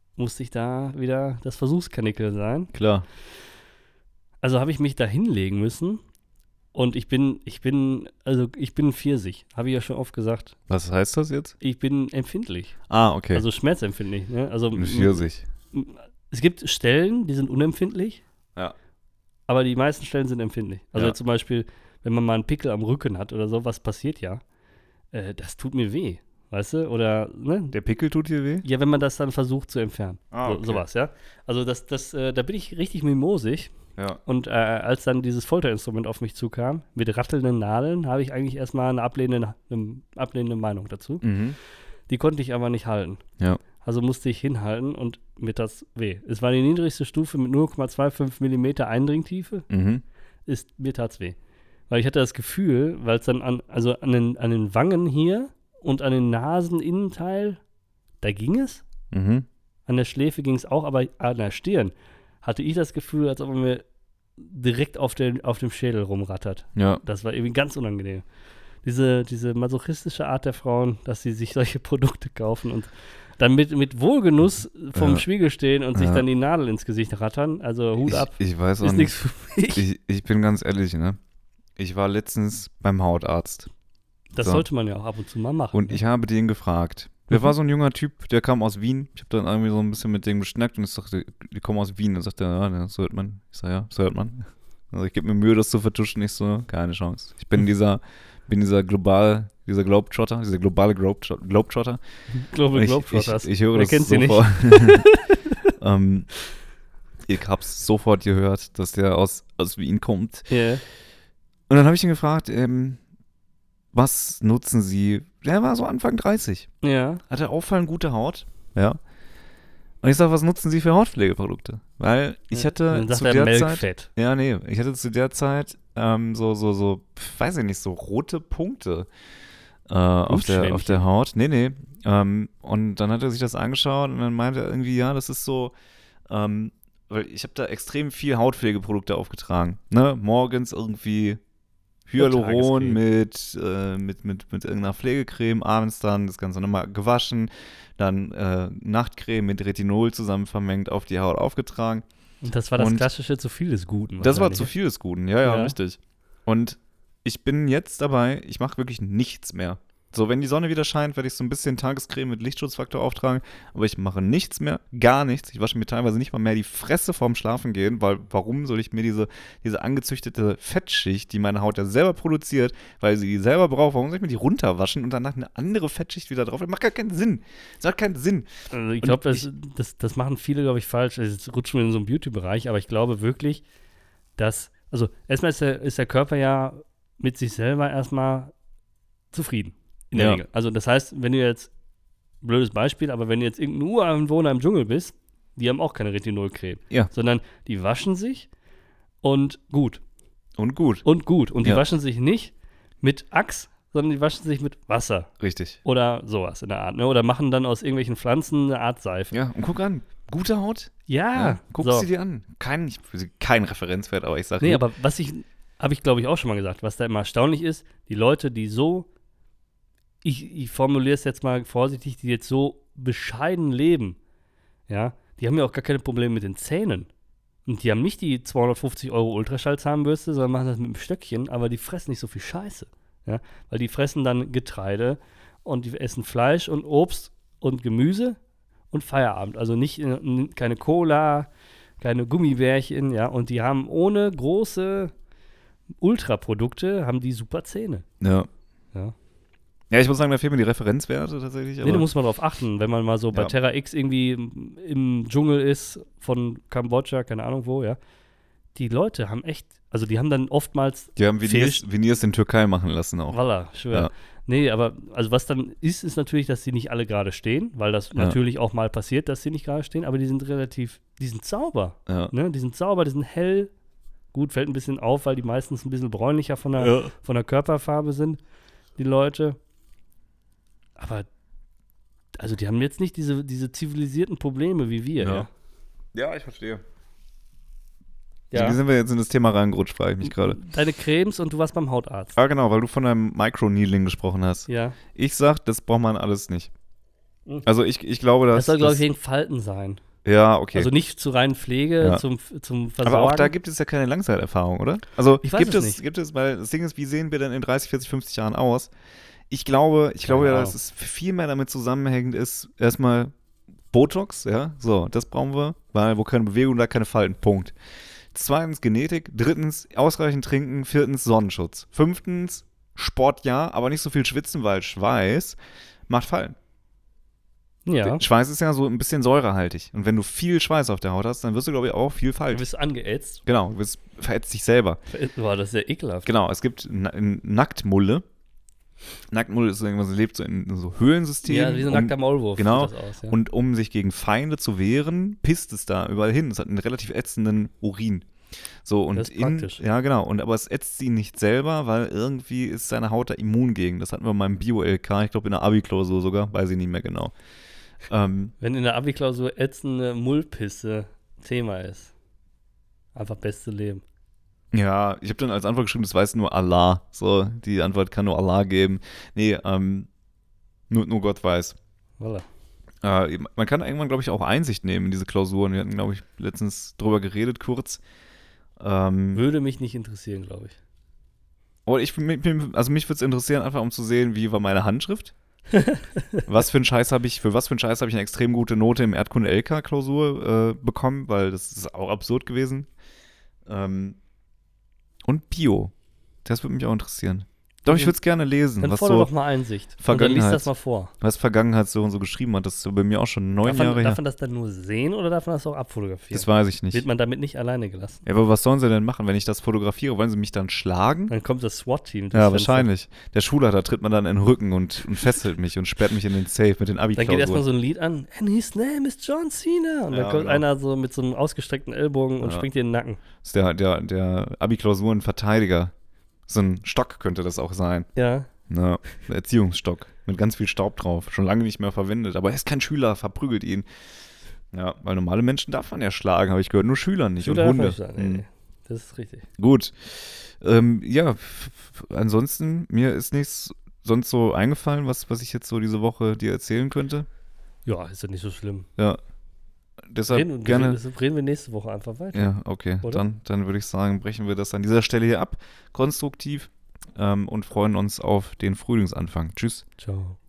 B: wieder das Versuchskanickel sein.
A: Klar.
B: Also habe ich mich da hinlegen müssen und ich bin Pfirsich, habe ich ja schon oft gesagt.
A: Was heißt das jetzt?
B: Ich bin empfindlich,
A: Ah, okay.
B: also schmerzempfindlich. Ne? Also
A: Ein Pfirsich.
B: es gibt Stellen, die sind unempfindlich,
A: Ja.
B: aber die meisten Stellen sind empfindlich. Also
A: Ja.
B: zum Beispiel, wenn man mal einen Pickel am Rücken hat oder so, was passiert ja, das tut mir weh, weißt du? Oder, ne?
A: Der Pickel tut dir weh?
B: Ja, wenn man das dann versucht zu entfernen.
A: Ah, okay.
B: Sowas, ja. Also da bin ich richtig mimosig.
A: Ja.
B: Und als dann dieses Folterinstrument auf mich zukam, mit rattelnden Nadeln, habe ich eigentlich erstmal eine ablehnende Meinung dazu.
A: Mhm.
B: Die konnte ich aber nicht halten.
A: Ja.
B: Also musste ich hinhalten und mir tat's weh. Es war die niedrigste Stufe mit 0,25 mm Eindringtiefe.
A: Mhm.
B: Mir tat's weh. Weil ich hatte das Gefühl, weil es dann an den Wangen hier und an den Naseninnenteil, da ging es.
A: Mhm.
B: An der Schläfe ging es auch, aber an der Stirn hatte ich das Gefühl, als ob man mir direkt auf dem Schädel rumrattert.
A: Ja.
B: Das war irgendwie ganz unangenehm. Diese masochistische Art der Frauen, dass sie sich solche Produkte kaufen und dann mit Wohlgenuss vom Spiegel stehen und sich dann die Nadel ins Gesicht rattern. Also Hut ab.
A: Ich weiß auch
B: Ist
A: nicht.
B: nichts für mich.
A: Ich bin ganz ehrlich, ne? Ich war letztens beim Hautarzt.
B: Das
A: So.
B: sollte man ja auch ab und zu mal machen.
A: Und ich habe den gefragt. Der war so ein junger Typ, der kam aus Wien. Ich habe dann irgendwie so ein bisschen mit dem geschnackt und ich sagte, die kommen aus Wien. Dann sagt er, ja, das hört man. Ich sage, ja, das hört man. Also ich gebe mir Mühe, das zu vertuschen. Ich so, keine Chance. Ich bin dieser globale Globetrotter.
B: Global
A: Ich-
B: Globetrotters.
A: Ich höre
B: Wer
A: das
B: kennt sie nicht?
A: sofort. Ich hab's sofort gehört, dass der aus Wien kommt.
B: Ja.
A: Und dann habe ich ihn gefragt, was nutzen Sie? Der war so Anfang 30.
B: Ja.
A: Hatte auffallend gute Haut. Ja. Und ich sag, was nutzen Sie für Hautpflegeprodukte? Weil ich hatte
B: Dann sagt
A: zu
B: er
A: der Zeit,
B: Melkfett.
A: ja, nee, ich hatte zu der Zeit weiß ich nicht, so rote Punkte auf der Haut. Nee. Und dann hat er sich das angeschaut und dann meinte er irgendwie, ja, das ist so, weil ich habe da extrem viel Hautpflegeprodukte aufgetragen. Ne? Morgens irgendwie Hyaluron mit irgendeiner Pflegecreme, abends dann das Ganze nochmal gewaschen, dann Nachtcreme mit Retinol zusammen vermengt auf die Haut aufgetragen.
B: Und das war das klassische zu viel des Guten.
A: Das war zu viel des Guten, ja, richtig. Und ich bin jetzt dabei, ich mache wirklich nichts mehr. So, wenn die Sonne wieder scheint, werde ich so ein bisschen Tagescreme mit Lichtschutzfaktor auftragen, aber ich mache nichts mehr, gar nichts. Ich wasche mir teilweise nicht mal mehr die Fresse vorm Schlafengehen, weil warum soll ich mir diese angezüchtete Fettschicht, die meine Haut ja selber produziert, weil sie die selber braucht, warum soll ich mir die runterwaschen und danach eine andere Fettschicht wieder drauf? Das macht gar keinen Sinn. Das hat keinen Sinn.
B: Also ich glaube, das machen viele, glaube ich, falsch. Jetzt rutschen wir in so einen Beauty-Bereich, aber ich glaube wirklich, dass, also erstmal ist der Körper ja mit sich selber erstmal zufrieden. In der Regel. Also das heißt, wenn du jetzt, blödes Beispiel, aber wenn du jetzt irgendein Ureinwohner im Dschungel bist, die haben auch keine Retinolcreme.
A: Ja.
B: Sondern die waschen sich und gut.
A: Und gut.
B: Und die waschen sich nicht mit Axt, sondern die waschen sich mit Wasser.
A: Richtig.
B: Oder sowas in der Art. Ne? Oder machen dann aus irgendwelchen Pflanzen eine Art Seife.
A: Ja, und guck an, gute Haut.
B: Ja.
A: Guck sie dir an. Kein Referenzwert, aber ich sage
B: Nee, aber habe ich glaube ich auch schon mal gesagt, was da immer erstaunlich ist, die Leute, die so, ich formuliere es jetzt mal vorsichtig, die jetzt so bescheiden leben, ja, die haben ja auch gar keine Probleme mit den Zähnen. Und die haben nicht die 250 € Ultraschallzahnbürste, sondern machen das mit einem Stöckchen, aber die fressen nicht so viel Scheiße. Ja? Weil die fressen dann Getreide und die essen Fleisch und Obst und Gemüse und Feierabend. Also keine Cola, keine Gummibärchen, ja, und die haben ohne große Ultraprodukte, haben die super Zähne.
A: Ja.
B: Ja.
A: Ja, ich muss sagen, da fehlen mir die Referenzwerte tatsächlich.
B: Nee, da muss man drauf achten, wenn man mal so bei Terra X irgendwie im Dschungel ist, von Kambodscha, keine Ahnung wo, ja. Die Leute haben echt, also die haben dann oftmals.
A: Die haben Veneers in Türkei machen lassen auch.
B: Voilà, schwör. Ja. Nee, aber also was dann ist natürlich, dass sie nicht alle gerade stehen, weil das natürlich auch mal passiert, dass sie nicht gerade stehen, aber die sind sauber.
A: Ja.
B: Ne? Die sind sauber, die sind hell. Gut, fällt ein bisschen auf, weil die meistens ein bisschen bräunlicher von der Körperfarbe sind, die Leute. Aber, also die haben jetzt nicht diese zivilisierten Probleme wie wir, ja?
A: Ja, ich verstehe.
B: Ja.
A: Wie sind wir jetzt in das Thema reingerutscht, frage ich mich gerade.
B: Deine Cremes und du warst beim Hautarzt.
A: Ah, genau, weil du von einem Microneedling gesprochen hast.
B: Ja.
A: Ich sag, das braucht man alles nicht. Also ich glaube, dass...
B: Das soll, glaube ich, wegen Falten sein.
A: Ja, okay.
B: Also nicht zur reinen Pflege, zum Versorgen.
A: Aber auch da gibt es ja keine Langzeiterfahrung, oder? Also
B: ich weiß es nicht.
A: Gibt es, weil das Ding ist, wie sehen wir denn in 30, 40, 50 Jahren aus? Ich glaube ja, dass es viel mehr damit zusammenhängend ist, erstmal Botox, ja, so, das brauchen wir, weil wo keine Bewegung, da keine Falten, Punkt. Zweitens Genetik, drittens ausreichend trinken, viertens Sonnenschutz, fünftens Sport ja, aber nicht so viel schwitzen, weil Schweiß macht Falten.
B: Ja.
A: Schweiß ist ja so ein bisschen säurehaltig und wenn du viel Schweiß auf der Haut hast, dann wirst du, glaube ich, auch viel Falten.
B: Du bist angeätzt.
A: Genau, du verätzt dich selber.
B: Boah, das ist ja ekelhaft.
A: Genau, es gibt Nacktmulle. Nacktmulle ist irgendwas, lebt so in so Höhlensystemen.
B: Ja, wie so ein nackter Maulwurf
A: genau,
B: sieht das aus. Ja.
A: Und um sich gegen Feinde zu wehren, pisst es da überall hin. Es hat einen relativ ätzenden Urin. So, und
B: das ist praktisch.
A: Ja, genau. Aber es ätzt sie nicht selber, weil irgendwie ist seine Haut da immun gegen. Das hatten wir mal im Bio-LK, ich glaube in der Abi-Klausur sogar, weiß ich nicht mehr genau.
B: Wenn in der Abi-Klausur ätzende Mullpisse Thema ist. Einfach beste Leben.
A: Ja, ich habe dann als Antwort geschrieben, das weiß nur Allah. So, die Antwort kann nur Allah geben. Nee, nur Gott weiß.
B: Voilà.
A: Man kann irgendwann, glaube ich, auch Einsicht nehmen in diese Klausuren. Wir hatten, glaube ich, letztens drüber geredet, kurz.
B: Würde mich nicht interessieren, glaube ich.
A: Aber mich würde es interessieren, einfach um zu sehen, wie war meine Handschrift. Für was für einen Scheiß habe ich eine extrem gute Note im Erdkunde-LK-Klausur bekommen, weil das ist auch absurd gewesen. Und Bio. Das würde mich auch interessieren. Doch, ich würde es gerne lesen.
B: Dann
A: was
B: fordere
A: so
B: doch mal Einsicht. Und dann liest das mal vor.
A: Was Vergangenheit so geschrieben hat, das ist bei mir auch schon 9 Jahre her.
B: Darf man das dann nur sehen oder darf man das auch abfotografieren?
A: Das weiß ich nicht.
B: Wird man damit nicht alleine gelassen?
A: Ja, aber was sollen sie denn machen, wenn ich das fotografiere? Wollen sie mich dann schlagen?
B: Dann kommt das SWAT-Team.
A: Ja, wahrscheinlich. Der Schulleiter tritt man dann in den Rücken und fesselt mich und sperrt mich in den Safe mit den Abi-Klausuren.
B: Dann geht erstmal so ein Lied an. And his name is John Cena. Und dann kommt einer so mit so einem ausgestreckten Ellbogen und springt dir in den Nacken.
A: Das ist der Abi-Klausuren-Verteidiger. So ein Stock könnte das auch sein.
B: Ja.
A: Na, ein Erziehungsstock mit ganz viel Staub drauf. Schon lange nicht mehr verwendet. Aber er ist kein Schüler, verprügelt ihn. Ja, weil normale Menschen darf man ja schlagen, habe ich gehört. Nur Schüler nicht
B: Schüler
A: und Hunde.
B: Nee. Das ist richtig.
A: Gut. Ansonsten, mir ist nichts sonst so eingefallen, was ich jetzt so diese Woche dir erzählen könnte.
B: Ja, ist ja nicht so schlimm.
A: Ja, deshalb gerne.
B: Deshalb reden wir nächste Woche einfach weiter.
A: Ja, okay.
B: Oder?
A: Dann würde ich sagen, brechen wir das an dieser Stelle hier ab, konstruktiv, und freuen uns auf den Frühlingsanfang. Tschüss.
B: Ciao.